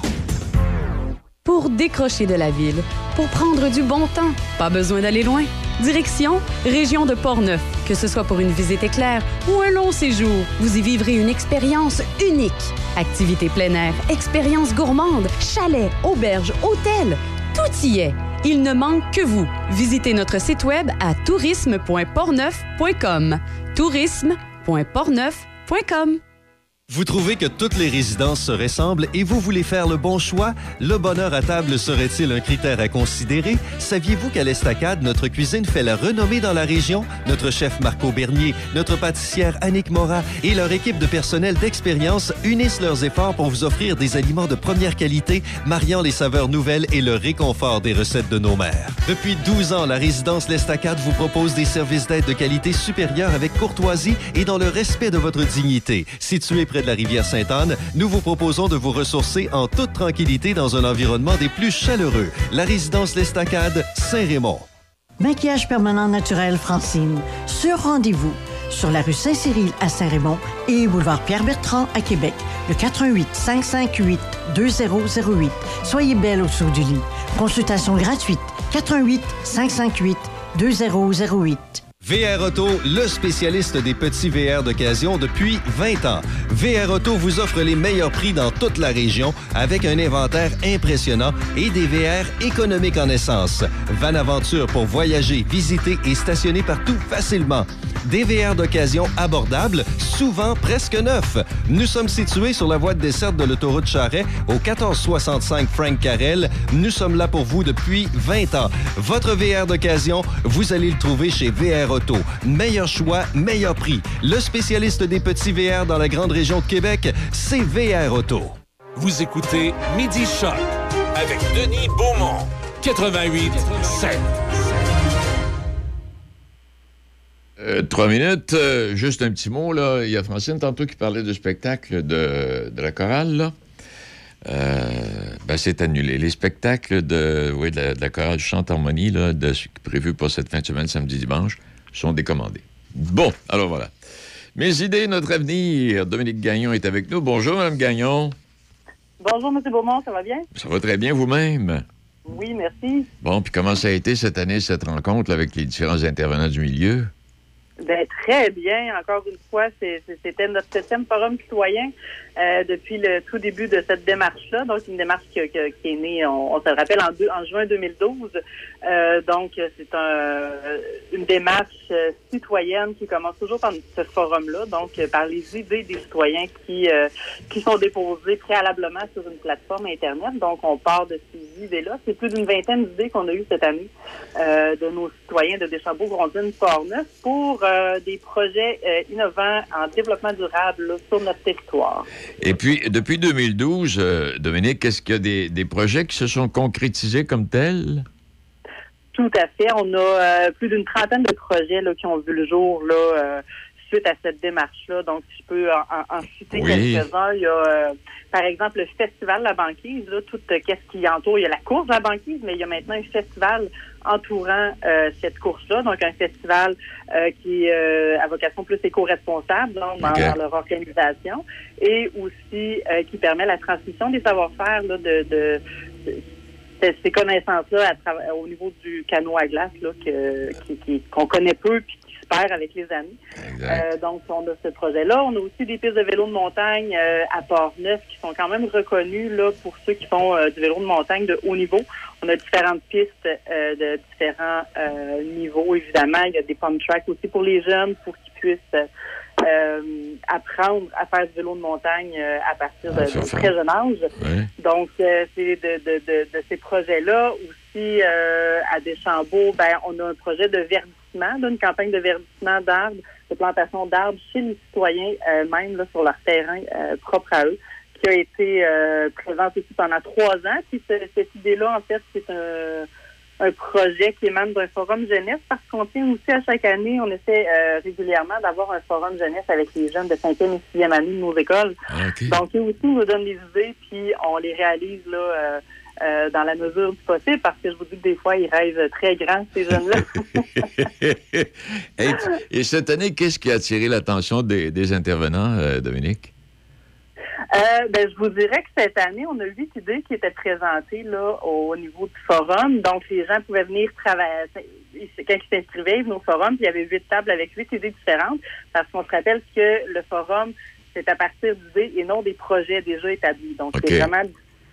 Speaker 6: Pour décrocher de la ville, pour prendre du bon temps, pas besoin d'aller loin. Direction, région de Portneuf. Que ce soit pour une visite éclair ou un long séjour, vous y vivrez une expérience unique. Activités plein air, expériences gourmandes, chalets, auberges, hôtels, tout y est. Il ne manque que vous. Visitez notre site web à tourisme.portneuf.com. tourisme.portneuf.com.
Speaker 7: Vous trouvez que toutes les résidences se ressemblent et vous voulez faire le bon choix? Le bonheur à table serait-il un critère à considérer? Saviez-vous qu'à l'Estacade, notre cuisine fait la renommée dans la région? Notre chef Marco Bernier, notre pâtissière Annick Morat et leur équipe de personnel d'expérience unissent leurs efforts pour vous offrir des aliments de première qualité, mariant les saveurs nouvelles et le réconfort des recettes de nos mères. Depuis 12 ans, la résidence l'Estacade vous propose des services d'aide de qualité supérieure avec courtoisie et dans le respect de votre dignité. Situé près de la rivière Sainte-Anne, nous vous proposons de vous ressourcer en toute tranquillité dans un environnement des plus chaleureux. La résidence l'Estacade, Saint-Raymond.
Speaker 11: Maquillage permanent naturel Francine. Sur rendez-vous. Sur la rue Saint-Cyril à Saint-Raymond et boulevard Pierre-Bertrand à Québec. Le 418-558-2008. Soyez belle au-dessous du lit. Consultation gratuite. 418-558-2008.
Speaker 7: VR Auto, le spécialiste des petits VR d'occasion depuis 20 ans. VR Auto vous offre les meilleurs prix dans toute la région avec un inventaire impressionnant et des VR économiques en essence. Van Aventure pour voyager, visiter et stationner partout facilement. Des VR d'occasion abordables, souvent presque neufs. Nous sommes situés sur la voie de desserte de l'autoroute Charret au 1465 Frank Carrel. Nous sommes là pour vous depuis 20 ans. Votre VR d'occasion, vous allez le trouver chez VR Auto. Meilleur choix, meilleur prix. Le spécialiste des petits VR dans la grande région de Québec, c'est VR Auto.
Speaker 2: Vous écoutez Midi Choc avec Denis Beaumont, 88.7.
Speaker 9: 3 minutes, juste un petit mot, là. Il y a Francine tantôt qui parlait du spectacle de la chorale, là. C'est annulé. Les spectacles de la chorale Chante-Harmonie, là, prévus pour cette fin de semaine, samedi-dimanche, sont décommandés. Bon, alors voilà. Mes idées, notre avenir. Dominique Gagnon est avec nous. Bonjour, Mme Gagnon.
Speaker 15: Bonjour, M. Beaumont, ça va bien?
Speaker 9: Ça va très bien vous-même?
Speaker 15: Oui, merci.
Speaker 9: Bon, puis comment ça a été cette année, cette rencontre là, avec les différents intervenants du milieu?
Speaker 15: Ben, très bien. Encore une fois, c'était notre 7e forum citoyen depuis le tout début de cette démarche-là. Donc, une démarche qui est née, on se le rappelle, en juin 2012. Donc, c'est une démarche citoyenne qui commence toujours par ce forum-là, donc par les idées des citoyens qui sont déposées préalablement sur une plateforme Internet. Donc, on part de ces idées-là. C'est plus d'une vingtaine d'idées qu'on a eues cette année de nos citoyens de Deschambault, Grondines, Portneuf pour des projets innovants en développement durable là, sur notre territoire.
Speaker 9: Et puis, depuis 2012, Dominique, est-ce qu'il y a des projets qui se sont concrétisés comme tels?
Speaker 15: Tout à fait. On a plus d'une trentaine de projets là, qui ont vu le jour là, suite à cette démarche-là. Donc, si je peux en citer quelques-uns, il y a, par exemple, le Festival de la banquise, là, tout qu'est-ce qui entoure. Il y a la course de la banquise, mais il y a maintenant un festival entourant cette course-là. Donc, un festival qui est à vocation plus éco-responsable dans leur organisation et aussi qui permet la transmission des savoir-faire là, de ces connaissances-là au niveau du canot à glace là, qu'on connaît peu puis qui se faire avec les amis. Donc, on a ce projet-là. On a aussi des pistes de vélo de montagne à Port-Neuf qui sont quand même reconnues là, pour ceux qui font du vélo de montagne de haut niveau. On a différentes pistes de différents niveaux, évidemment. Il y a des pump tracks aussi pour les jeunes, pour qu'ils puissent apprendre à faire du vélo de montagne à partir de très jeune âge. Ouais. Donc, c'est de ces projets-là. Aussi, à Deschambault, on a un projet de verdissement, une campagne de verdissement d'arbres, de plantation d'arbres chez les citoyens, même là, sur leur terrain propre à eux, qui a été présente aussi pendant 3 ans. Puis cette idée-là, en fait, c'est un projet qui émane d'un forum jeunesse parce qu'on tient aussi à chaque année, on essaie régulièrement d'avoir un forum jeunesse avec les jeunes de 5e et 6e année de nos écoles. Okay. Donc, eux aussi nous donnent des idées, puis on les réalise là dans la mesure du possible parce que je vous dis que des fois, ils rêvent très grand, ces jeunes-là.
Speaker 9: Et cette année, qu'est-ce qui a attiré l'attention des intervenants, Dominique?
Speaker 15: Je vous dirais que cette année, on a 8 idées qui étaient présentées là au niveau du forum. Donc, les gens pouvaient venir travailler. Quand ils s'inscrivaient, ils venaient au forum, puis il y avait 8 tables avec 8 idées différentes. Parce qu'on se rappelle que le forum, c'est à partir d'idées et non des projets déjà établis. Donc, c'est vraiment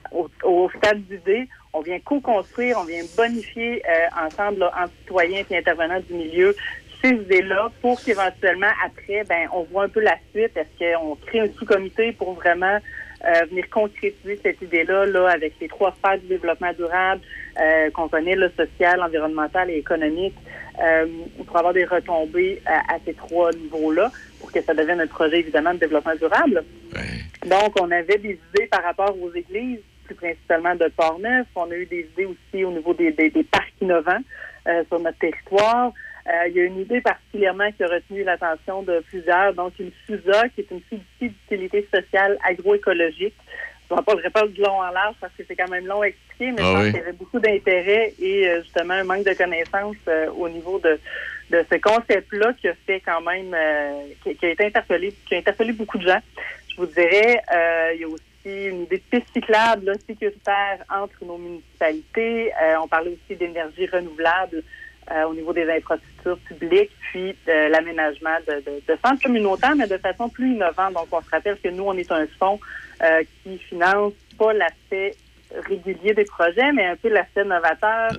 Speaker 15: au stade d'idées. On vient co-construire, on vient bonifier ensemble là, en citoyens et intervenants du milieu ces idées-là pour qu'éventuellement, après, on voit un peu la suite. Est-ce qu'on crée un sous-comité pour vraiment venir concrétiser cette idée-là là, avec les 3 sphères du développement durable qu'on connaît, le social, environnemental et économique, pour avoir des retombées à ces 3 niveaux-là pour que ça devienne un projet, évidemment, de développement durable. Ouais. Donc, on avait des idées par rapport aux églises, plus principalement de Port-Neuf. On a eu des idées aussi au niveau des parcs innovants sur notre territoire. Il y a une idée particulièrement qui a retenu l'attention de plusieurs, donc une FUSA, qui est une fiducie d'utilité sociale agroécologique. Je ne parlerai pas de long en large parce que c'est quand même long à expliquer, mais je pense qu'il y avait beaucoup d'intérêt et justement un manque de connaissances au niveau de ce concept-là qui a fait quand même, qui a été interpellé, qui a interpellé beaucoup de gens. Je vous dirais, il y a aussi une idée de piste cyclable là, sécuritaire entre nos municipalités. On parlait aussi d'énergie renouvelable au niveau des infrastructures publiques, puis l'aménagement de centres communautaires, mais de façon plus innovante. Donc, on se rappelle que nous, on est un fonds qui finance pas l'aspect régulier des projets, mais un peu l'aspect novateur,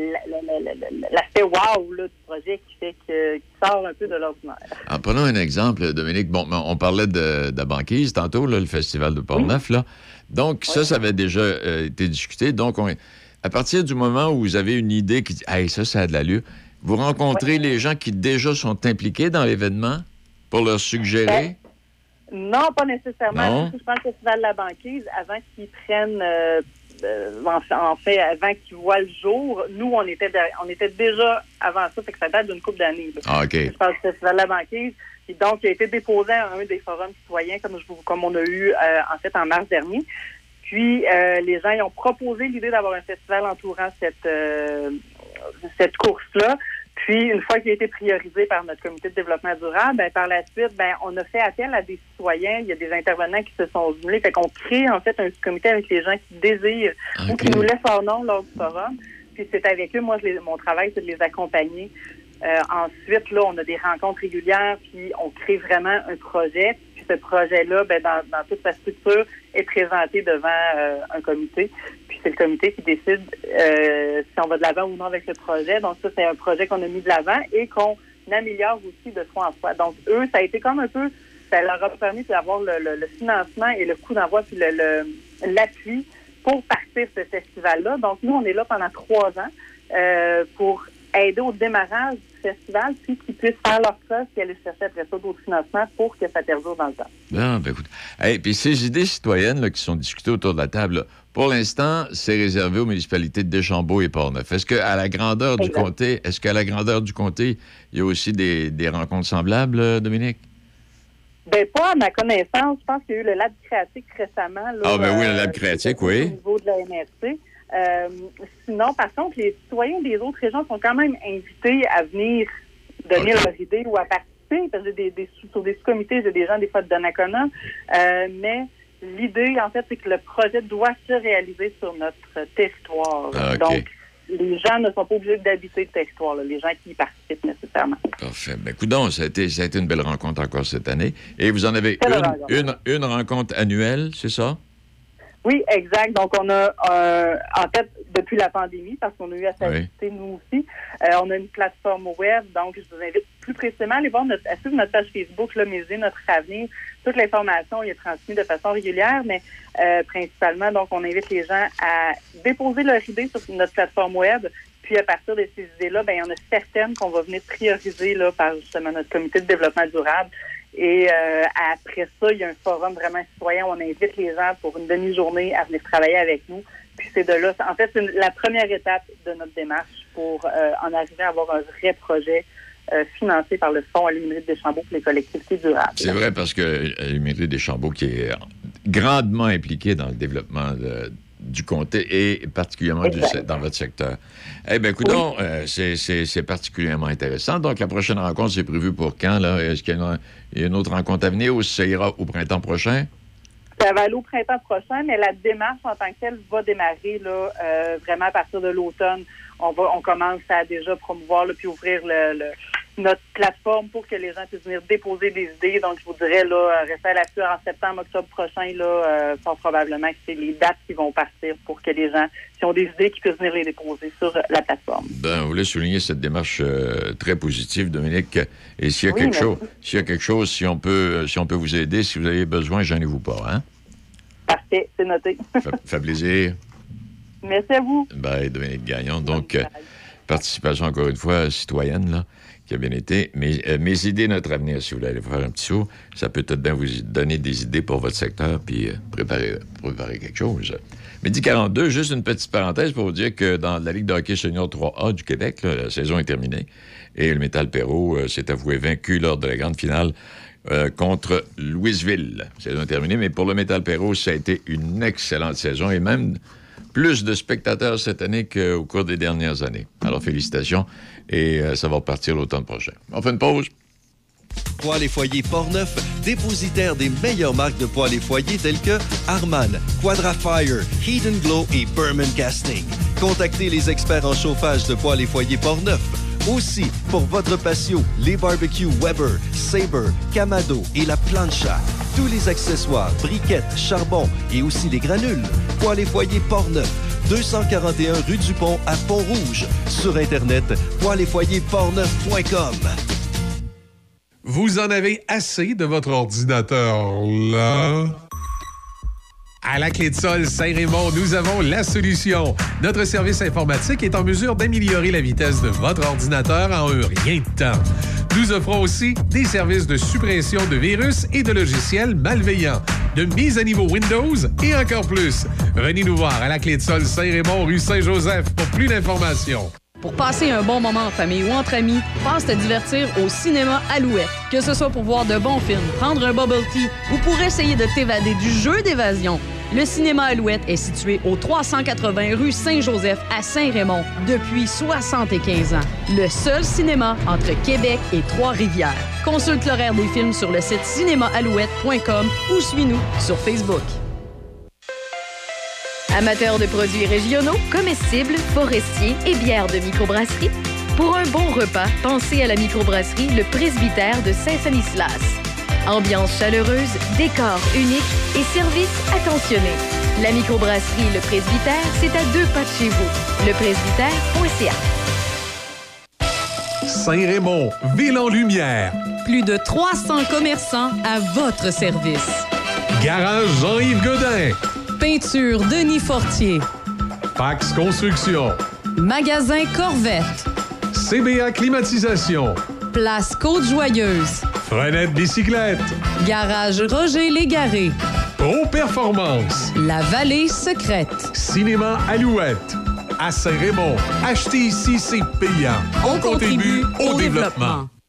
Speaker 15: l'aspect wow là, du projet qui sort un peu de l'ordinaire.
Speaker 9: En prenant un exemple, Dominique, on parlait de la banquise tantôt, là, le festival de Port-Neuf, là. Donc, ça avait déjà été discuté. Donc, à partir du moment où vous avez une idée qui dit « Hey, ça a de l'allure », vous rencontrez les gens qui déjà sont impliqués dans l'événement pour leur suggérer?
Speaker 15: Non, pas nécessairement. Non. Je pense que le Festival de la banquise, avant qu'ils prennent... en fait, avant qu'ils voient le jour, nous, on était déjà avant ça, fait que ça date d'une couple d'années.
Speaker 9: Ah, OK.
Speaker 15: Je pense que le Festival de la banquise, et donc, il a été déposé à un des forums citoyens, comme on a eu, en fait, en mars dernier. Puis, les gens ils ont proposé l'idée d'avoir un festival entourant cette course-là. Puis, une fois qu'il a été priorisé par notre comité de développement durable, par la suite, on a fait appel à des citoyens. Il y a des intervenants qui se sont venus. Fait qu'on crée, en fait, un comité avec les gens qui désirent ou qui nous laissent leur nom lors du forum. Puis, c'est avec eux. Moi, mon travail, c'est de les accompagner. Ensuite, là, on a des rencontres régulières, puis on crée vraiment un projet. Puis ce projet-là, dans toute sa structure, est présenté devant un comité. Puis c'est le comité qui décide si on va de l'avant ou non avec le projet. Donc ça, c'est un projet qu'on a mis de l'avant et qu'on améliore aussi de soi en soi. Donc eux, ça a été comme un peu, ça leur a permis d'avoir le financement et le coup d'envoi, puis l'appui pour partir ce festival-là. Donc nous, on est là pendant 3 ans pour aider au démarrage du festival, puis qu'ils puissent faire leur preuve et aller chercher après ça d'autres financements pour que ça perdure dans le temps.
Speaker 9: Ah, écoute. Puis ces idées citoyennes là, qui sont discutées autour de la table, là, pour l'instant, c'est réservé aux municipalités de Deschambault et Port-Neuf. Est-ce qu'à la grandeur du comté, il y a aussi des rencontres semblables, Dominique?
Speaker 15: Pas à ma connaissance. Je pense qu'il y a eu le Lab créatique récemment. Là,
Speaker 9: oui, le Lab créatique, oui.
Speaker 15: Au niveau de la MRC. Sinon, par contre, les citoyens des autres régions sont quand même invités à venir donner leurs idées ou à participer. Parce que sur des sous-comités, j'ai des gens des fois de Donnacona. Mais l'idée, en fait, c'est que le projet doit se réaliser sur notre territoire. Okay. Donc, les gens ne sont pas obligés d'habiter le territoire, là, les gens qui y participent nécessairement.
Speaker 9: Parfait. Ben, coudonc, ça a été une belle rencontre encore cette année. Et vous en avez une rencontre annuelle, c'est ça?
Speaker 15: Oui, exact. Donc, on a, en fait, depuis la pandémie, parce qu'on a eu à s'ajuster, nous aussi, on a une plateforme web. Donc, je vous invite plus précisément à aller voir à suivre notre page Facebook, là, Mes idées, notre avenir. Toute l'information est transmise de façon régulière, mais principalement, donc, on invite les gens à déposer leurs idées sur notre plateforme web. Puis, à partir de ces idées-là, ben, il y en a certaines qu'on va venir prioriser là, par justement notre comité de développement durable. Et après ça, il y a un forum vraiment citoyen où on invite les gens pour une demi-journée à venir travailler avec nous. Puis c'est de là, en fait, c'est la première étape de notre démarche pour en arriver à avoir un vrai projet financé par le Fonds Aluminerie de Deschambault pour les collectivités durables.
Speaker 9: C'est vrai parce que Aluminerie de Deschambault qui est grandement impliquée dans le développement du comté et particulièrement dans votre secteur. Eh bien, coudonc, c'est particulièrement intéressant. Donc, la prochaine rencontre, c'est prévu pour quand? Là? Est-ce qu'il y a une autre rencontre à venir ou ça ira au printemps prochain?
Speaker 15: Ça va aller au printemps prochain, mais la démarche en tant que telle va démarrer là, vraiment à partir de l'automne. On commence à déjà promouvoir là, puis ouvrir notre plateforme pour que les gens puissent venir déposer des idées. Donc, je vous dirais, là, restez à l'affût en septembre, octobre prochain, là, fort probablement que c'est les dates qui vont partir pour que les gens, qui ont des idées, qui puissent venir les déposer sur la plateforme.
Speaker 9: Ben, vous voulez souligner cette démarche très positive, Dominique. Et s'il y a quelque chose, si on peut vous aider, si vous avez besoin, gênez-vous pas, hein?
Speaker 15: Parfait, c'est noté.
Speaker 9: Fait plaisir.
Speaker 15: Merci à vous.
Speaker 9: Ben, Dominique Gagnon. Donc, participation, encore une fois, citoyenne, là, qui a bien été. Mes idées, notre avenir, si vous voulez aller faire un petit saut, ça peut peut-être bien vous donner des idées pour votre secteur, puis préparer quelque chose. Midi 42, juste une petite parenthèse pour vous dire que dans la Ligue de hockey senior 3A du Québec, là, la saison est terminée, et le Métal Perrault s'est avoué vaincu lors de la grande finale contre Louisville. Saison terminée, mais pour le Métal Perrault, ça a été une excellente saison, et même plus de spectateurs cette année qu'au cours des dernières années. Alors, félicitations, et ça va repartir l'automne prochain. On fait une pause.
Speaker 7: Poêles et foyers Portneuf, dépositaire des meilleures marques de poêles et foyers telles que Harman, Quadrafire, Heat & Glow et Berman Casting. Contactez les experts en chauffage de poêles et foyers Portneuf. Aussi, pour votre patio, les barbecues Weber, Sabre, Kamado et la plancha. Tous les accessoires, briquettes, charbon et aussi les granules. Poêles et foyers Portneuf, 241 rue du Pont à Pont-Rouge. Sur Internet, poêlesfoyersportneuf.com.
Speaker 3: Vous en avez assez de votre ordinateur, là? À la Clé de Sol Saint-Raymond, nous avons la solution. Notre service informatique est en mesure d'améliorer la vitesse de votre ordinateur en un rien de temps. Nous offrons aussi des services de suppression de virus et de logiciels malveillants, de mise à niveau Windows et encore plus. Venez nous voir à la Clé de Sol Saint-Raymond, rue Saint-Joseph pour plus d'informations.
Speaker 6: Pour passer un bon moment en famille ou entre amis, passe te divertir au cinéma Alouette. Que ce soit pour voir de bons films, prendre un bubble tea ou pour essayer de t'évader du jeu d'évasion, le cinéma Alouette est situé au 380 rue Saint-Joseph à Saint-Raymond depuis 75 ans. Le seul cinéma entre Québec et Trois-Rivières. Consulte l'horaire des films sur le site cinémaalouette.com ou suis-nous sur Facebook.
Speaker 4: Amateurs de produits régionaux, comestibles, forestiers et bières de microbrasserie? Pour un bon repas, pensez à la microbrasserie Le Presbytère de Saint-Sanislas. Ambiance chaleureuse, décor unique et service attentionné. La microbrasserie Le Presbytère, c'est à 2 pas de chez vous. Lepresbytère.ca.
Speaker 3: Saint-Raymond, ville en lumière.
Speaker 6: Plus de 300 commerçants à votre service.
Speaker 3: Garage Jean-Yves Godin.
Speaker 6: Peinture Denis Fortier.
Speaker 3: Pax Construction.
Speaker 6: Magasin Corvette.
Speaker 3: CBA Climatisation.
Speaker 6: Place Côte-Joyeuse.
Speaker 3: Frenette Bicyclette.
Speaker 6: Garage Roger Légaré.
Speaker 3: Pro Performance.
Speaker 6: La Vallée Secrète.
Speaker 3: Cinéma Alouette. À Saint-Raymond. Acheter ici, c'est payant.
Speaker 6: On contribue au développement.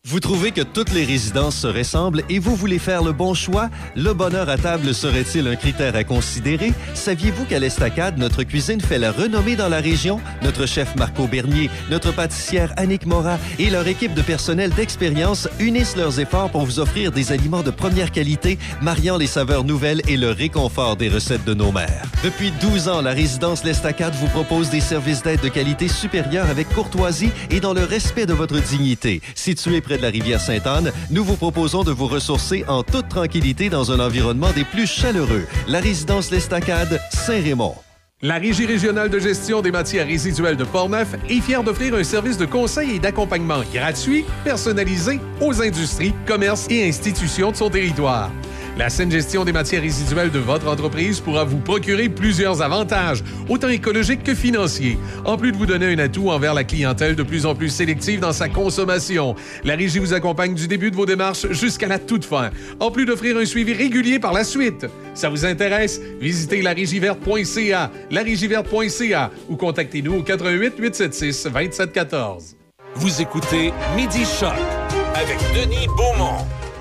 Speaker 7: Vous trouvez que toutes les résidences se ressemblent et vous voulez faire le bon choix? Le bonheur à table serait-il un critère à considérer? Saviez-vous qu'à l'Estacade, notre cuisine fait la renommée dans la région? Notre chef Marco Bernier, notre pâtissière Annick Morat et leur équipe de personnel d'expérience unissent leurs efforts pour vous offrir des aliments de première qualité, mariant les saveurs nouvelles et le réconfort des recettes de nos mères. Depuis 12 ans, la résidence l'Estacade vous propose des services d'aide de qualité supérieure avec courtoisie et dans le respect de votre dignité. Situé près de la rivière Sainte-Anne, nous vous proposons de vous ressourcer en toute tranquillité dans un environnement des plus chaleureux. La résidence l'Estacade, Saint-Raymond.
Speaker 3: La Régie régionale de gestion des matières résiduelles de Portneuf est fière d'offrir un service de conseil et d'accompagnement gratuit, personnalisé aux industries, commerces et institutions de son territoire. La saine gestion des matières résiduelles de votre entreprise pourra vous procurer plusieurs avantages, autant écologiques que financiers, en plus de vous donner un atout envers la clientèle de plus en plus sélective dans sa consommation. La Régie vous accompagne du début de vos démarches jusqu'à la toute fin, en plus d'offrir un suivi régulier par la suite. Ça vous intéresse? Visitez larégiverte.ca, larégiverte.ca ou contactez-nous au 88 876 2714.
Speaker 2: Vous écoutez Midi Choc avec Denis Beaumont,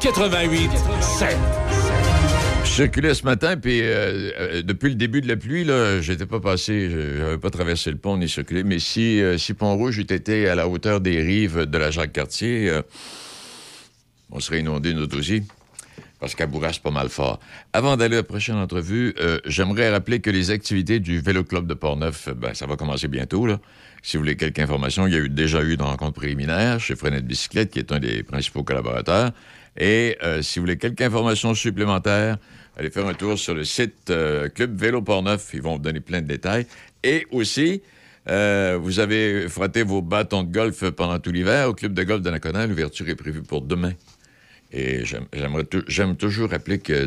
Speaker 2: 88.7.
Speaker 9: Je circulais ce matin, puis depuis le début de la pluie, là, j'étais pas passé, j'avais pas traversé le pont ni circulé, mais si Pont-Rouge eût été à la hauteur des rives de la Jacques-Cartier, on serait inondé nous aussi, parce qu'elle bourrasse pas mal fort. Avant d'aller à la prochaine entrevue, j'aimerais rappeler que les activités du Vélo Club de Portneuf, ça va commencer bientôt, là. Si vous voulez quelques informations, il y a déjà eu une rencontre préliminaire chez Frenette Bicyclette, qui est un des principaux collaborateurs. Et si vous voulez quelques informations supplémentaires, allez faire un tour sur le site Club Vélo Portneuf. Ils vont vous donner plein de détails. Et aussi, vous avez frotté vos bâtons de golf pendant tout l'hiver au Club de golf d'Anacona. L'ouverture est prévue pour demain. Et j'aime toujours rappeler que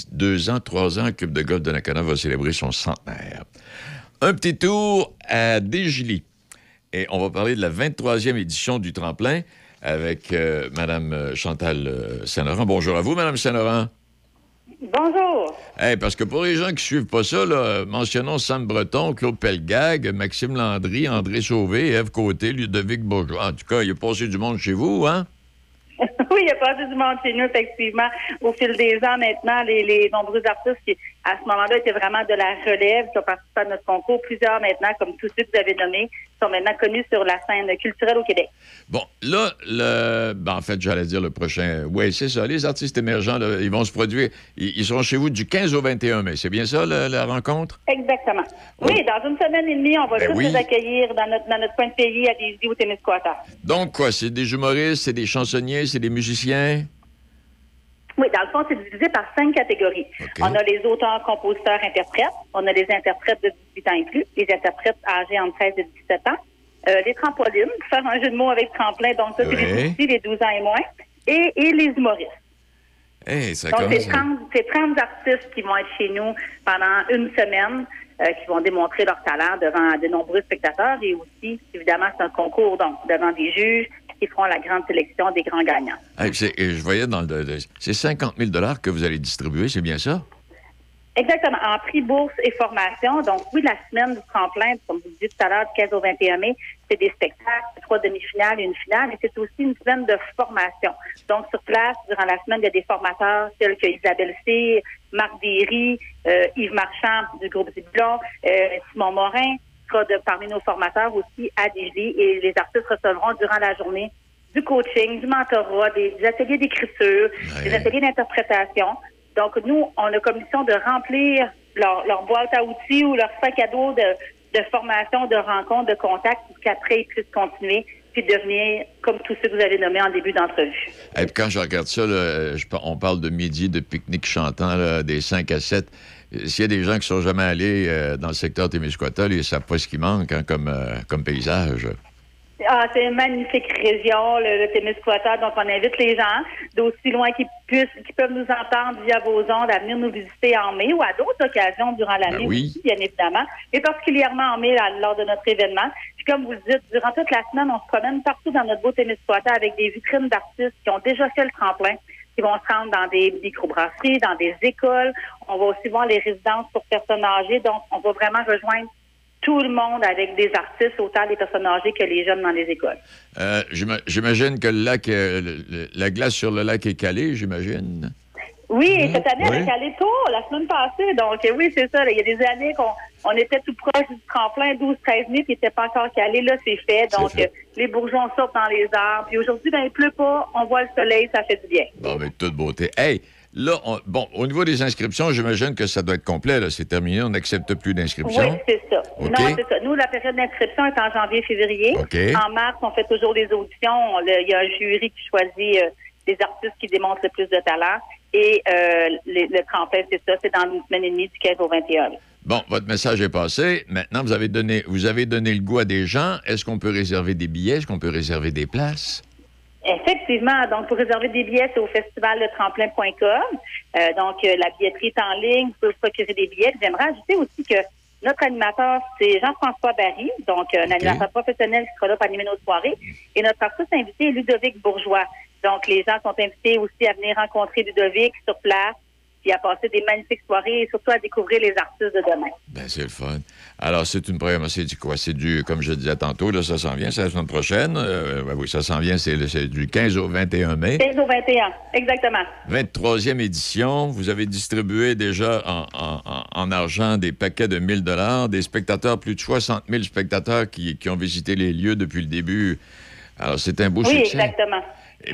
Speaker 9: 3 ans, le Club de golf d'Anacona va célébrer son centenaire. Un petit tour à Desjily. Et on va parler de la 23e édition du Tremplin avec Mme Chantal Saint-Laurent. Bonjour à vous, Mme Saint-Laurent.
Speaker 15: Bonjour.
Speaker 9: Hey, parce que pour les gens qui ne suivent pas ça, là, mentionnons Sam Breton, Claude Pelgag, Maxime Landry, André Sauvé, Ève Côté, Ludovic Bourgeois. En tout cas, il a passé du monde chez vous, hein?
Speaker 15: Oui, il y a passé du monde chez nous, effectivement. Au fil des ans, maintenant, les nombreux artistes qui, à ce moment-là, étaient vraiment de la relève, qui ont participé à notre concours. Plusieurs, maintenant, comme tous ceux que vous avez nommés, sont maintenant connus sur la scène culturelle au Québec.
Speaker 9: Bon, là, en fait, j'allais dire le prochain... Oui, c'est ça. Les artistes émergents, là, ils vont se produire. Ils seront chez vous du 15 au 21 mai. C'est bien ça, la rencontre?
Speaker 15: Exactement. Oh. Oui, dans une semaine et demie, on va tous les accueillir dans notre coin de pays à Desjily au Témiscouata.
Speaker 9: Donc, quoi? C'est des humoristes, c'est des chansonniers, c'est des musiciens?
Speaker 15: Oui, dans le fond, c'est divisé par 5 catégories. Okay. On a les auteurs, compositeurs, interprètes. On a les interprètes de 18 ans et plus, les interprêtes âgés entre 13 et 17 ans. Les trampolines, pour faire un jeu de mots avec tremplin, donc ça, c'est les 12 ans et moins. Et les humoristes.
Speaker 9: Hey, ça
Speaker 15: donc, c'est 30 artistes qui vont être chez nous pendant une semaine, qui vont démontrer leur talent devant de nombreux spectateurs. Et aussi, évidemment, c'est un concours, donc, devant des juges qui feront la grande sélection des grands gagnants.
Speaker 9: Hey, je voyais c'est 50 000 $ que vous allez distribuer, c'est bien ça?
Speaker 15: Exactement, en prix, bourse et formation. Donc, oui, la semaine du tremplin, comme vous le disiez tout à l'heure, du 15 au 21 mai, c'est des spectacles, 3 demi-finales et une finale, et c'est aussi une semaine de formation. Donc, sur place, durant la semaine, il y a des formateurs tels que Isabelle C., Marc Derry, Yves Marchand du groupe Zibulon, Simon Morin sera parmi nos formateurs aussi à Desjily, et les artistes recevront durant la journée du coaching, du mentorat, des ateliers d'écriture, des ateliers d'interprétation. Donc, nous, on a comme mission de remplir leur boîte à outils ou leur sac à dos de formation, de rencontres, de contacts pour qu'après, ils puissent continuer puis devenir comme tous ceux que vous avez nommés en début d'entrevue.
Speaker 9: Et puis quand je regarde ça, là, on parle de midi, de pique-nique chantant, là, des 5 à 7. S'il y a des gens qui ne sont jamais allés dans le secteur Témiscouata, ils ne savent pas ce qui manque comme paysage.
Speaker 15: Ah, c'est une magnifique région, le Témiscouata. Donc, on invite les gens d'aussi loin qui peuvent nous entendre via vos ondes à venir nous visiter en mai ou à d'autres occasions durant l'année aussi, bien évidemment, mais particulièrement en mai lors de notre événement. Puis, comme vous le dites, durant toute la semaine, on se promène partout dans notre beau Témiscouata avec des vitrines d'artistes qui ont déjà fait le tremplin, qui vont se rendre dans des microbrasseries, dans des écoles. On va aussi voir les résidences pour personnes âgées. Donc, on va vraiment rejoindre tout le monde avec des artistes, autant les personnes âgées que les jeunes dans les écoles.
Speaker 9: J'imagine que le lac, la glace sur le lac est calée, j'imagine.
Speaker 15: Oui, cette année, elle a calé tôt, la semaine passée. Donc, oui, c'est ça. Là, il y a des années qu'on était tout proche du tremplin, 12-13 000, puis il n'était pas encore calé. Là, c'est fait. Donc, les bourgeons sortent dans les arbres. Puis aujourd'hui, il ne pleut pas, on voit le soleil, ça fait du bien.
Speaker 9: Bon, avec toute beauté. Hey, là, au niveau des inscriptions, j'imagine que ça doit être complet. Là, c'est terminé, on n'accepte plus d'inscriptions.
Speaker 15: Oui, c'est ça.
Speaker 9: Okay.
Speaker 15: Non, c'est ça. Nous, la période d'inscription est en janvier-février.
Speaker 9: Okay.
Speaker 15: En mars, on fait toujours des auditions. Il y a un jury qui choisit les artistes qui démontrent le plus de talent. Et le tremplin, c'est ça, c'est dans une semaine et demie, du 15 au 21.
Speaker 9: Bon, votre message est passé. Maintenant, vous avez donné le goût à des gens. Est-ce qu'on peut réserver des billets? Est-ce qu'on peut réserver des places?
Speaker 15: Effectivement. Donc, pour réserver des billets, c'est au festivalletremplin.com. Donc, la billetterie est en ligne. Vous pouvez vous procurer des billets. J'aimerais ajouter aussi que notre animateur, c'est Jean-François Barry, donc un animateur professionnel qui sera là pour animer nos soirées. Et notre artiste invité est Ludovic Bourgeois. Donc, les gens sont invités aussi à venir rencontrer Ludovic sur place, puis à passer des magnifiques soirées et surtout à découvrir les artistes de demain.
Speaker 9: Bien, c'est le fun. Alors, c'est une programmation, c'est du quoi? C'est du, comme je disais tantôt, là, ça s'en vient, c'est la semaine prochaine. Oui, ça s'en vient, c'est du 15 au 21 mai.
Speaker 15: 15 au 21, exactement.
Speaker 9: 23e édition. Vous avez distribué déjà en argent des paquets de 1 000 $, des spectateurs, plus de 60 000 spectateurs qui ont visité les lieux depuis le début. Alors, c'est un beau succès.
Speaker 15: Oui, exactement.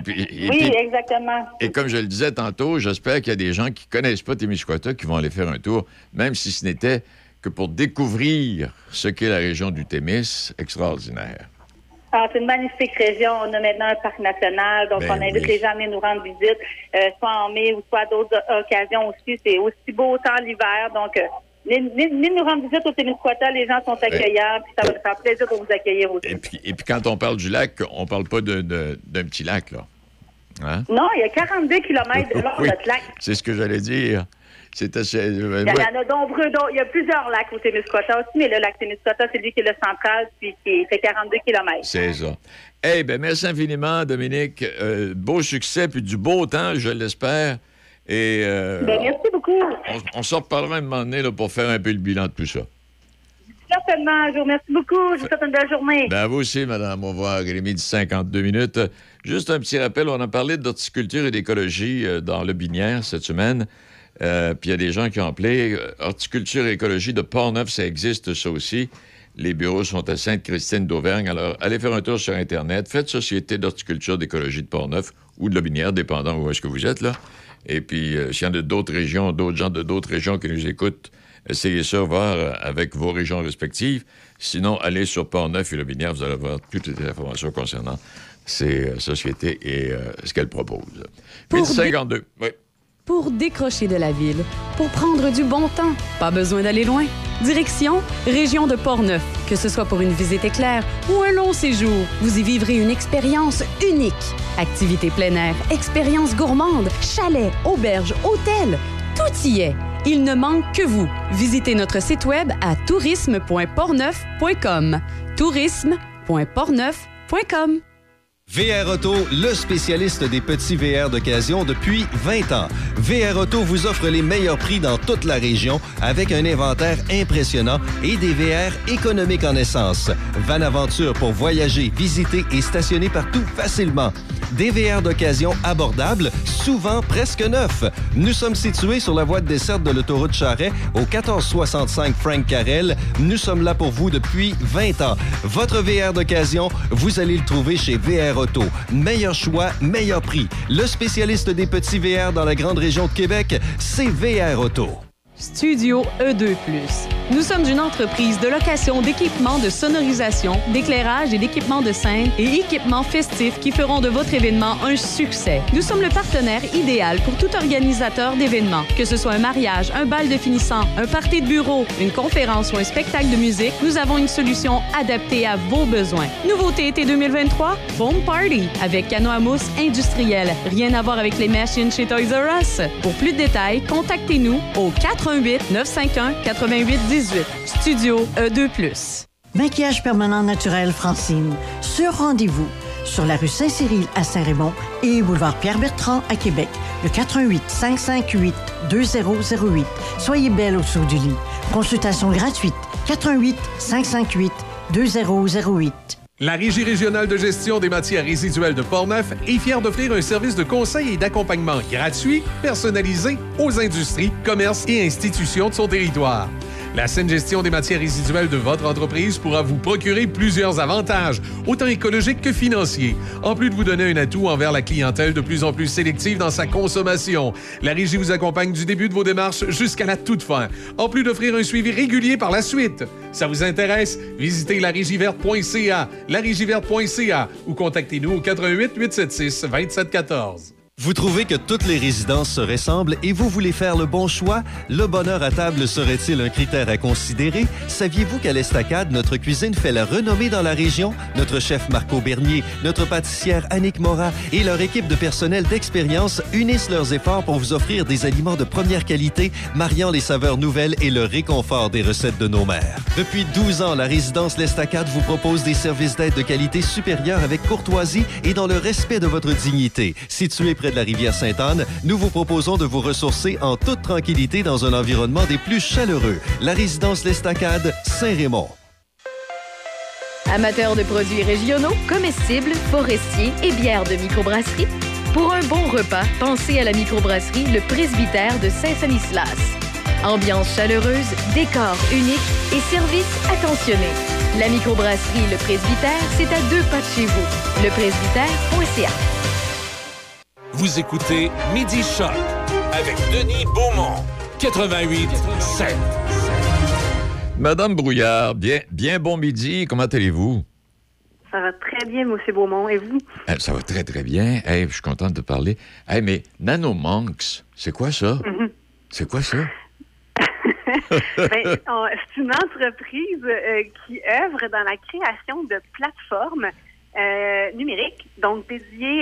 Speaker 15: Oui, exactement.
Speaker 9: Et comme je le disais tantôt, j'espère qu'il y a des gens qui ne connaissent pas Témiscouata qui vont aller faire un tour, même si ce n'était que pour découvrir ce qu'est la région du Témis. Extraordinaire.
Speaker 15: Alors, c'est une magnifique région. On a maintenant un parc national, donc on invite les gens à venir nous rendre visite, soit en mai ou soit à d'autres occasions aussi. C'est aussi beau autant l'hiver, donc venez nous rendre visite au Témiscouata, les gens sont accueillants, puis ça va nous faire plaisir de vous accueillir aussi.
Speaker 9: Et puis quand on parle du lac, on parle pas d'un petit lac, là. Hein?
Speaker 15: Non, il y a 42 km de long de notre lac.
Speaker 9: C'est ce que j'allais dire. C'est assez...
Speaker 15: Il y en a nombreux d'autres. Il y a plusieurs lacs au Témiscouata aussi, mais le lac Témiscouata, c'est lui qui est le central, puis qui fait 42 km.
Speaker 9: C'est ça. Eh bien, merci infiniment, Dominique. Beau succès, puis du beau temps, je l'espère. Et
Speaker 15: merci beaucoup.
Speaker 9: On s'en reparlera un moment donné là, pour faire un peu le bilan de tout ça.
Speaker 15: Certainement. Je vous remercie beaucoup. Je vous souhaite une belle journée.
Speaker 9: Ben, vous aussi, madame. On va voir, il est midi 52 minutes. Juste un petit rappel, on a parlé d'horticulture et d'écologie dans le Binière cette semaine. Puis il y a des gens qui ont appelé. Horticulture et écologie de Portneuf, ça existe, ça aussi. Les bureaux sont à Sainte-Christine d'Auvergne. Alors, allez faire un tour sur Internet. Faites Société d'horticulture et d'écologie de Portneuf ou de la Binière, dépendant où est-ce que vous êtes, là. Et puis, s'il y en a d'autres régions, d'autres gens de d'autres régions qui nous écoutent, essayez ça, voir avec vos régions respectives. Sinon, allez sur Portneuf et le Binière, vous allez avoir toutes les informations concernant ces sociétés et ce qu'elles proposent. 1052, oui.
Speaker 6: Pour décrocher de la ville, pour prendre du bon temps, pas besoin d'aller loin. Direction Région de Portneuf. Que ce soit pour une visite éclair ou un long séjour, vous y vivrez une expérience unique. Activités plein air, expériences gourmandes, chalets, auberges, hôtels, tout y est. Il ne manque que vous. Visitez notre site web à tourisme.portneuf.com. tourisme.portneuf.com.
Speaker 7: VR Auto, le spécialiste des petits VR d'occasion depuis 20 ans. VR Auto vous offre les meilleurs prix dans toute la région avec un inventaire impressionnant et des VR économiques en essence. Van Aventure pour voyager, visiter et stationner partout facilement. Des VR d'occasion abordables, souvent presque neufs. Nous sommes situés sur la voie de desserte de l'autoroute Charret au 1465 Frank Carrel. Nous sommes là pour vous depuis 20 ans. Votre VR d'occasion, vous allez le trouver chez VR Auto. Meilleur choix, meilleur prix. Le spécialiste des petits VR dans la grande région de Québec, c'est VR Auto.
Speaker 6: Studio E2+. Nous sommes une entreprise de location d'équipements de sonorisation, d'éclairage et d'équipements de scène et équipements festifs qui feront de votre événement un succès. Nous sommes le partenaire idéal pour tout organisateur d'événements. Que ce soit un mariage, un bal de finissant, un party de bureau, une conférence ou un spectacle de musique, nous avons une solution adaptée à vos besoins. Nouveauté été 2023, Foam Party avec canot à mousse industriel. Rien à voir avec les machines chez Toys R Us. Pour plus de détails, contactez-nous au 418-951-8818. Studio E2+.
Speaker 11: Maquillage permanent naturel Francine. Sur rendez-vous. Sur la rue Saint-Cyril à Saint-Raymond et boulevard Pierre-Bertrand à Québec. Le 418-558-2008. Soyez belle au saut du lit. Consultation gratuite. 88 558 2008.
Speaker 3: La Régie régionale de gestion des matières résiduelles de Portneuf est fière d'offrir un service de conseil et d'accompagnement gratuit, personnalisé aux industries, commerces et institutions de son territoire. La saine gestion des matières résiduelles de votre entreprise pourra vous procurer plusieurs avantages, autant écologiques que financiers, en plus de vous donner un atout envers la clientèle de plus en plus sélective dans sa consommation. La Régie vous accompagne du début de vos démarches jusqu'à la toute fin, en plus d'offrir un suivi régulier par la suite. Ça vous intéresse? Visitez larégiverte.ca, larégiverte.ca ou contactez-nous au 88 876 2714.
Speaker 7: Vous trouvez que toutes les résidences se ressemblent et vous voulez faire le bon choix? Le bonheur à table serait-il un critère à considérer? Saviez-vous qu'à l'Estacade, notre cuisine fait la renommée dans la région? Notre chef Marco Bernier, notre pâtissière Annick Morat et leur équipe de personnel d'expérience unissent leurs efforts pour vous offrir des aliments de première qualité, mariant les saveurs nouvelles et le réconfort des recettes de nos mères. Depuis 12 ans, la résidence l'Estacade vous propose des services d'aide de qualité supérieure avec courtoisie et dans le respect de votre dignité. Situé près de la rivière Sainte-Anne, nous vous proposons de vous ressourcer en toute tranquillité dans un environnement des plus chaleureux. La résidence l'Estacade, Saint-Raymond.
Speaker 16: Amateurs de produits régionaux, comestibles, forestiers et bières de microbrasserie, pour un bon repas, pensez à la microbrasserie Le Presbytère de Saint-Sanislas. Ambiance chaleureuse, décor unique et service attentionné. La microbrasserie Le Presbytère, c'est à 2 pas de chez vous. Lepresbytère.ca.
Speaker 2: Vous écoutez Midi Choc avec Denis Beaumont, 88.7.
Speaker 9: Madame Brouillard, bien bon midi. Comment allez-vous?
Speaker 15: Ça va très bien, M. Beaumont. Et vous?
Speaker 9: Ça va très, très bien. Hey, je suis contente de parler. Hey, mais Nanomonks, c'est quoi ça?
Speaker 15: Mm-hmm.
Speaker 9: C'est quoi ça?
Speaker 15: C'est une entreprise qui œuvre dans la création de plateformes numériques, donc dédiées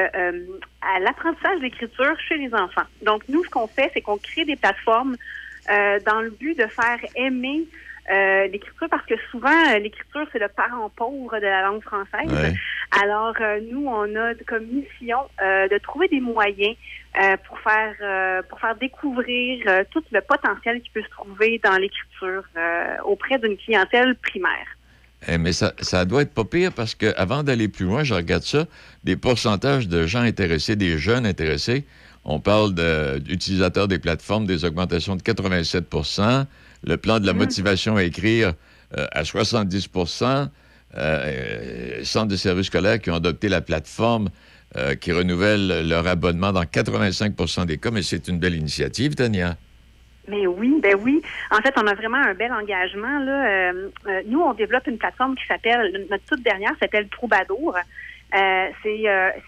Speaker 15: à l'apprentissage d'écriture chez les enfants. Donc, nous, ce qu'on fait, c'est qu'on crée des plateformes dans le but de faire aimer l'écriture, parce que souvent, l'écriture, c'est le parent pauvre de la langue française.
Speaker 9: Ouais.
Speaker 15: Alors, nous, on a comme mission de trouver des moyens pour faire découvrir tout le potentiel qui peut se trouver dans l'écriture auprès d'une clientèle primaire.
Speaker 9: Mais ça doit être pas pire parce que avant d'aller plus loin, je regarde ça, des pourcentages de gens intéressés, des jeunes intéressés. On parle d'utilisateurs des plateformes, des augmentations de 87 %, le plan de la motivation à écrire à 70 %, centres de services scolaires qui ont adopté la plateforme, qui renouvellent leur abonnement dans 85 % des cas. Mais c'est une belle initiative, Tania.
Speaker 15: Mais oui, ben oui. En fait, on a vraiment un bel engagement, là. Nous, on développe une plateforme qui s'appelle, notre toute dernière s'appelle Troubadour. C'est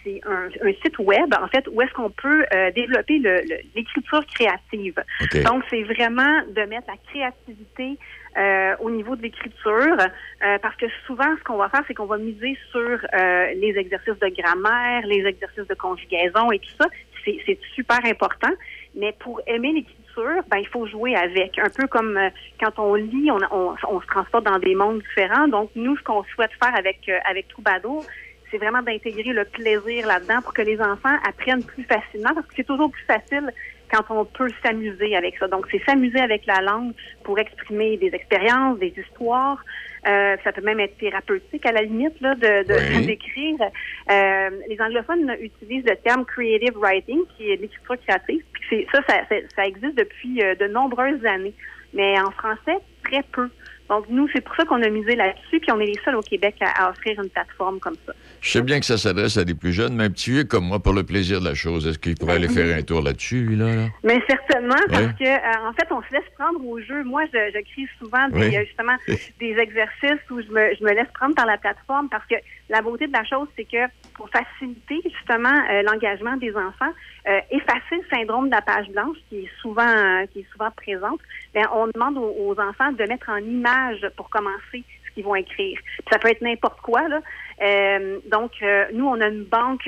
Speaker 15: un site web, en fait, où est-ce qu'on peut développer l'écriture créative.
Speaker 9: Okay.
Speaker 15: Donc, c'est vraiment de mettre la créativité au niveau de l'écriture, parce que souvent, ce qu'on va faire, c'est qu'on va miser sur les exercices de grammaire, les exercices de conjugaison et tout ça. C'est super important. Mais pour aimer l'écriture, il faut jouer avec. Un peu comme quand on lit, on se transporte dans des mondes différents. Donc, nous, ce qu'on souhaite faire avec Troubadour, c'est vraiment d'intégrer le plaisir là-dedans pour que les enfants apprennent plus facilement, parce que c'est toujours plus facile quand on peut s'amuser avec ça. Donc, c'est s'amuser avec la langue pour exprimer des expériences, des histoires. Ça peut même être thérapeutique à la limite là, d'écrire. Les anglophones utilisent le terme creative writing, qui est l'écriture créative. Puis ça existe depuis de nombreuses années. Mais en français, très peu. Donc, nous, c'est pour ça qu'on a misé là-dessus, puis on est les seuls au Québec à offrir une plateforme comme ça.
Speaker 9: Je sais bien que ça s'adresse à des plus jeunes, mais un petit vieux comme moi, pour le plaisir de la chose, est-ce qu'il pourrait aller faire un tour là-dessus, lui-là?
Speaker 15: Mais certainement,
Speaker 9: Ouais.
Speaker 15: parce que en fait, on se laisse prendre au jeu. Moi, je crée souvent justement des exercices où je me laisse prendre par la plateforme, parce que la beauté de la chose, c'est que pour faciliter justement l'engagement des enfants, effacer le syndrome de la page blanche qui est souvent présente, on demande aux enfants de mettre en image pour commencer ce qu'ils vont écrire. Puis ça peut être n'importe quoi, là. Donc, nous, on a une banque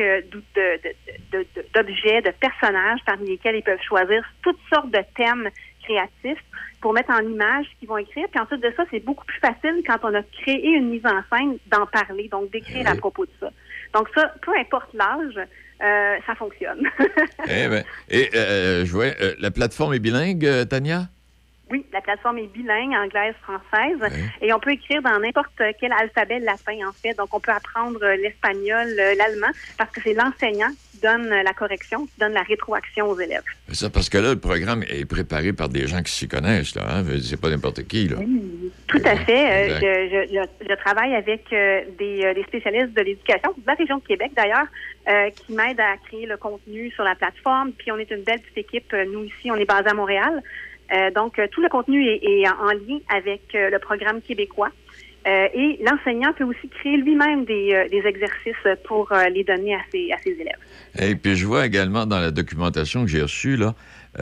Speaker 15: d'objets, de personnages parmi lesquels ils peuvent choisir toutes sortes de thèmes créatifs pour mettre en image ce qu'ils vont écrire. Puis ensuite de ça, c'est beaucoup plus facile quand on a créé une mise en scène d'en parler, donc d'écrire à propos de ça. Donc ça, peu importe l'âge, ça fonctionne.
Speaker 9: Je vois, la plateforme est bilingue, Tania?
Speaker 15: Oui, la plateforme est bilingue, anglaise-française, et on peut écrire dans n'importe quel alphabet latin, en fait. Donc, on peut apprendre l'espagnol, l'allemand, parce que c'est l'enseignant qui donne la correction, qui donne la rétroaction aux élèves.
Speaker 9: C'est ça, parce que là, le programme est préparé par des gens qui s'y connaissent, là. Hein? C'est pas n'importe qui, là.
Speaker 15: Oui, tout à fait. Je travaille avec des spécialistes de l'éducation, de la région de Québec, d'ailleurs, qui m'aident à créer le contenu sur la plateforme. Puis, on est une belle petite équipe. Nous, ici, on est basé à Montréal. Donc, tout le contenu est en lien avec le programme québécois. Et l'enseignant peut aussi créer lui-même des exercices pour les donner à ses élèves.
Speaker 9: Et puis, je vois également dans la documentation que j'ai reçue, là,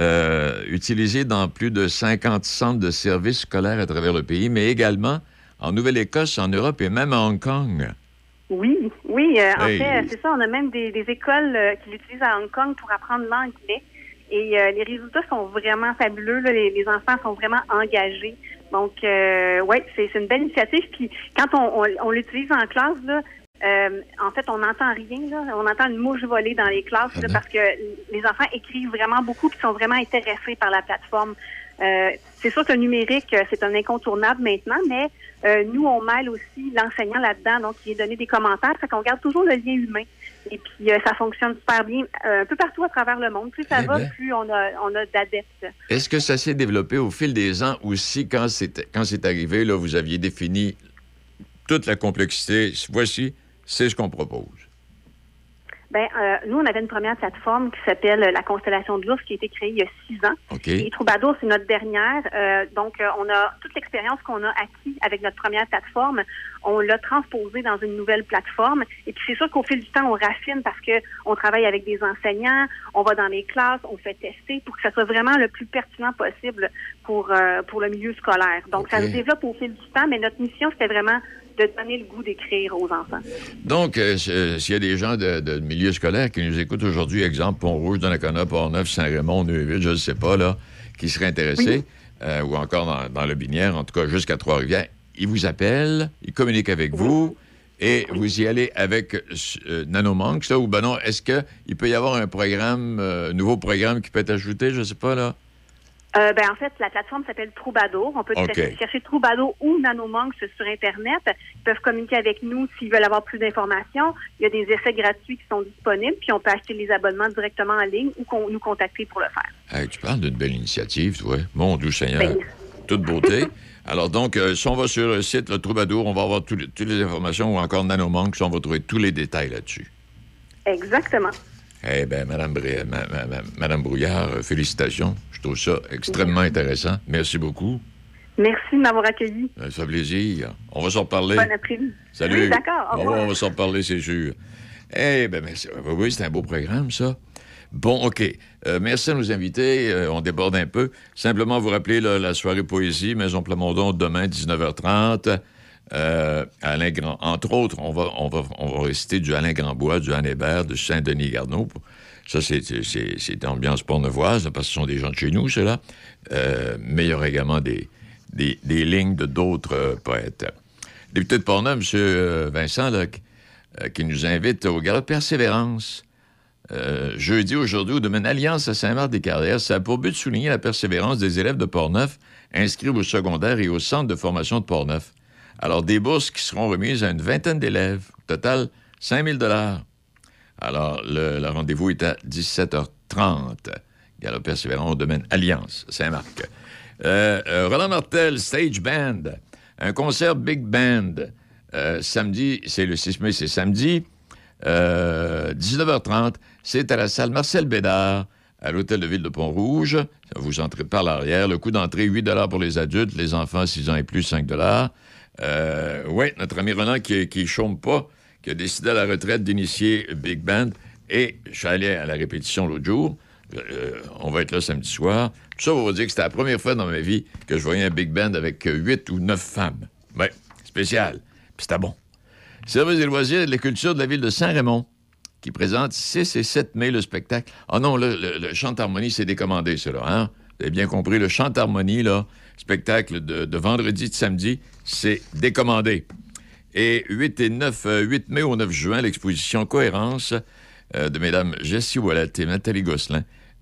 Speaker 9: utilisée dans plus de 50 centres de services scolaires à travers le pays, mais également en Nouvelle-Écosse, en Europe et même à Hong Kong.
Speaker 15: Oui. En fait, c'est ça. On a même des écoles qui l'utilisent à Hong Kong pour apprendre l'anglais. Et les résultats sont vraiment fabuleux. Là. Les enfants sont vraiment engagés. Donc, c'est une belle initiative. Puis, quand on l'utilise en classe, là, en fait, on n'entend rien. Là. On entend une mouche voler dans les classes là, parce que les enfants écrivent vraiment beaucoup et sont vraiment intéressés par la plateforme. C'est sûr que le numérique, c'est un incontournable maintenant, mais nous, on mêle aussi l'enseignant là-dedans. Donc, il est donné des commentaires. Fait qu'on garde toujours le lien humain. Et puis, ça fonctionne super bien un peu partout à travers le monde. Plus ça va, plus on a d'adeptes.
Speaker 9: Est-ce que ça s'est développé au fil des ans aussi, quand c'est arrivé, là, vous aviez défini toute la complexité? Voici, c'est ce qu'on propose.
Speaker 15: Ben, nous, on avait une première plateforme qui s'appelle la Constellation de l'ours qui a été créée il y a 6 ans.
Speaker 9: Okay.
Speaker 15: Et Troubadour, c'est notre dernière. Donc, on a toute l'expérience qu'on a acquis avec notre première plateforme. On l'a transposée dans une nouvelle plateforme. Et puis, c'est sûr qu'au fil du temps, on raffine parce que on travaille avec des enseignants, on va dans les classes, on fait tester pour que ça soit vraiment le plus pertinent possible pour le milieu scolaire. Donc, ça se développe au fil du temps, mais notre mission, c'était vraiment de donner le goût d'écrire aux enfants. Donc,
Speaker 9: s'il y a des gens de milieu scolaire qui nous écoutent aujourd'hui, exemple Pont-Rouge, Donnacona, Port-Neuf, Saint-Raymond, Neuville, je ne sais pas, là, qui seraient intéressés, ou encore dans le Binière, en tout cas jusqu'à Trois-Rivières, ils vous appellent, ils communiquent avec vous, et vous y allez avec Nanomonks, là, ou ben non, est-ce qu'il peut y avoir un nouveau programme qui peut être ajouté, je ne sais pas, là?
Speaker 15: En fait, la plateforme s'appelle Troubadour. On peut chercher Troubadour ou Nanomonks sur Internet. Ils peuvent communiquer avec nous s'ils veulent avoir plus d'informations. Il y a des essais gratuits qui sont disponibles, puis on peut acheter les abonnements directement en ligne ou nous contacter pour le faire.
Speaker 9: Hey, tu parles d'une belle initiative, toi. Mon doux Seigneur. Toute beauté. Alors donc, si on va sur le site, le Troubadour, on va avoir toutes les informations, ou encore Nanomonks, on va trouver tous les détails là-dessus.
Speaker 15: Exactement.
Speaker 9: Eh bien, Madame Brouillard, félicitations. Je trouve ça extrêmement intéressant. Merci beaucoup.
Speaker 15: Merci de m'avoir accueilli.
Speaker 9: Ça fait plaisir. On va s'en reparler.
Speaker 15: Bon après-midi.
Speaker 9: Salut.
Speaker 15: Oui, d'accord. Au revoir.
Speaker 9: On va s'en reparler, c'est sûr. Eh bien, merci. Oui, c'est un beau programme, ça. Bon, OK. Merci à nos invités. On déborde un peu. Simplement vous rappeler la soirée poésie, Maison Plamondon, demain, 19h30. Alain Grand, entre autres, on va réciter du Alain Grandbois, du Anne Hébert, de Saint-Denis Garneau. Ça, c'est ambiance pornevoise, parce que ce sont des gens de chez nous, ceux-là. Mais il y aura également des lignes de d'autres poètes. Député de Portneuf, M. Vincent, là, qui nous invite au gala de Persévérance. Jeudi, aujourd'hui, au domaine Alliance à Saint-Marc-des-Carrières. Ça a pour but de souligner la persévérance des élèves de Portneuf inscrits au secondaire et au centre de formation de Portneuf. Alors, des bourses qui seront remises à une vingtaine d'élèves. Au total, 5 000 $. Alors, le rendez-vous est à 17h30. Gala Persévérance au domaine Alliance, Saint-Marc. Roland Martel, Stage Band. Un concert Big Band. Samedi, c'est le 6 mai, c'est samedi. 19h30, c'est à la salle Marcel Bédard, à l'Hôtel de Ville de Pont-Rouge. Vous entrez par l'arrière. Le coût d'entrée, 8 $ pour les adultes. Les enfants, 6 ans et plus, 5 $. Oui, notre ami Roland qui chôme pas, qui a décidé à la retraite d'initier Big Band. Et je suis allé à la répétition l'autre jour. On va être là samedi soir. Tout ça, on va vous dire que c'était la première fois dans ma vie que je voyais un Big Band avec 8 ou 9 femmes. Oui, spécial. Puis c'était bon. Service des loisirs et de la culture de la ville de Saint-Raymond, qui présente 6 et 7 mai le spectacle. Ah non, le chant d'harmonie, c'est décommandé, ça, là, hein? Vous avez bien compris, le chant d'harmonie, là, spectacle de vendredi, de samedi, c'est décommandé. Et 8 mai au 9 juin, l'exposition Cohérence de Mesdames Jessie Ouellette et Nathalie Gosselin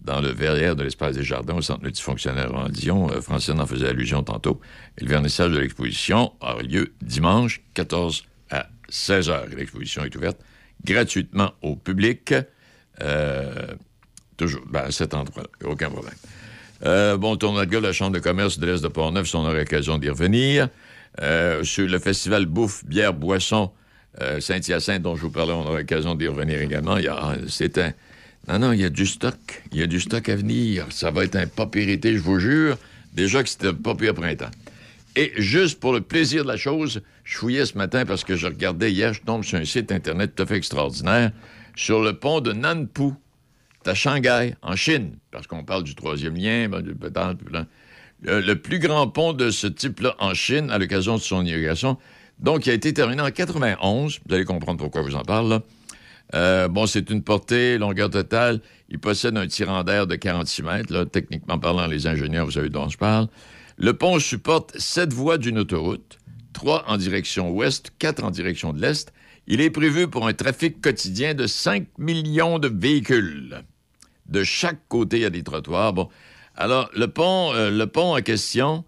Speaker 9: dans le verrière de l'Espace des Jardins au Centre multifonctionnel Roland-Dion. Francine en faisait allusion tantôt. Et le vernissage de l'exposition aura lieu dimanche 14 à 16h. L'exposition est ouverte gratuitement au public. Toujours, à cet endroit-là. Aucun problème. Tournoi de gueule, la Chambre de commerce de l'Est de Portneuf, si on aura l'occasion d'y revenir. Sur le festival Bouffe, Bière, Boisson, Saint-Hyacinthe, dont je vous parlais, on aura l'occasion d'y revenir également. Il y a du stock. Il y a du stock à venir. Ça va être un pas pire été, je vous jure. Déjà que c'était pas pire printemps. Et juste pour le plaisir de la chose, je fouillais ce matin parce que je regardais hier, je tombe sur un site Internet tout à fait extraordinaire, sur le pont de Nanpu, à Shanghai, en Chine, parce qu'on parle du troisième lien, le plus grand pont de ce type-là en Chine, à l'occasion de son inauguration, donc, il a été terminé en 91. Vous allez comprendre pourquoi je vous en parle, là. C'est une portée, longueur totale. Il possède un tirant d'air de 46 mètres. Là, techniquement parlant, les ingénieurs, vous savez dont je parle. Le pont supporte 7 voies d'une autoroute, 3 en direction ouest, 4 en direction de l'est. Il est prévu pour un trafic quotidien de 5 millions de véhicules. De chaque côté, il y a des trottoirs. Bon, alors, le pont en question,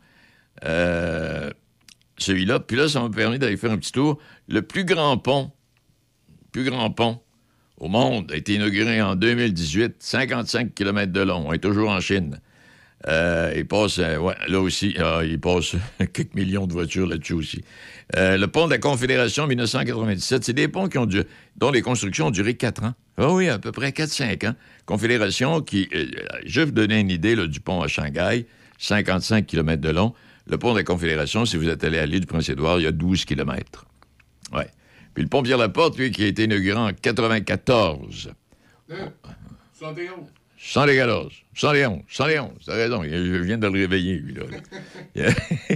Speaker 9: celui-là, puis là, ça m'a permis d'aller faire un petit tour. Le plus grand pont au monde a été inauguré en 2018, 55 km de long. On est toujours en Chine. Il passe, là aussi, il passe quelques millions de voitures là-dessus aussi. Le pont de la Confédération, 1997, c'est des ponts dont les constructions ont duré 4 ans. Ah oui, à peu près 4-5 ans. Confédération qui, je vais vous donner une idée là, du pont à Shanghai, 55 km de long. Le pont de la Confédération, si vous êtes allé à l'île du Prince-Édouard, il y a 12 km. Ouais. Puis le pont Pierre-Laporte, lui, qui a été inauguré en 94. 111. T'as raison, je viens de le réveiller, lui, là.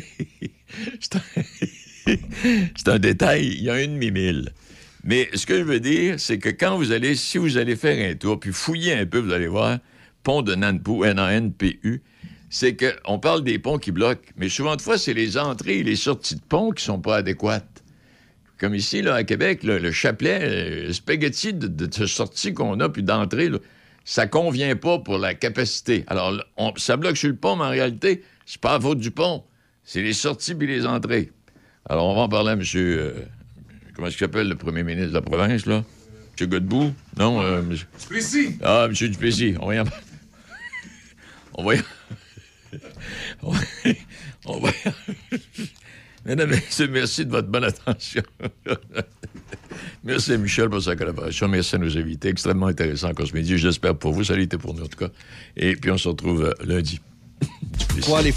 Speaker 9: C'est un détail, il y a un demi-mille. Mais ce que je veux dire, c'est que si vous allez faire un tour, puis fouiller un peu, vous allez voir, pont de Nanpu, N-A-N-P-U, c'est qu'on parle des ponts qui bloquent, mais souvent de fois, c'est les entrées et les sorties de ponts qui sont pas adéquates. Comme ici, là, à Québec, le chapelet, le spaghetti de sortie qu'on a, puis d'entrée, là, ça convient pas pour la capacité. Alors, ça bloque sur le pont, mais en réalité, c'est pas à faute du pont. C'est les sorties puis les entrées. Alors, on va en parler à monsieur... comment est-ce qu'il s'appelle, le premier ministre de la province, là? M. Godbout? Non, monsieur...
Speaker 3: Duplessis.
Speaker 9: Ah, M. Duplessis. On va y en... Mesdames et messieurs, merci de votre bonne attention. Merci à Michel pour sa collaboration. Merci à nos invités. Extrêmement intéressant encore ce midi. J'espère pour vous. Ça a été pour nous, en tout cas. Et puis, on se retrouve lundi.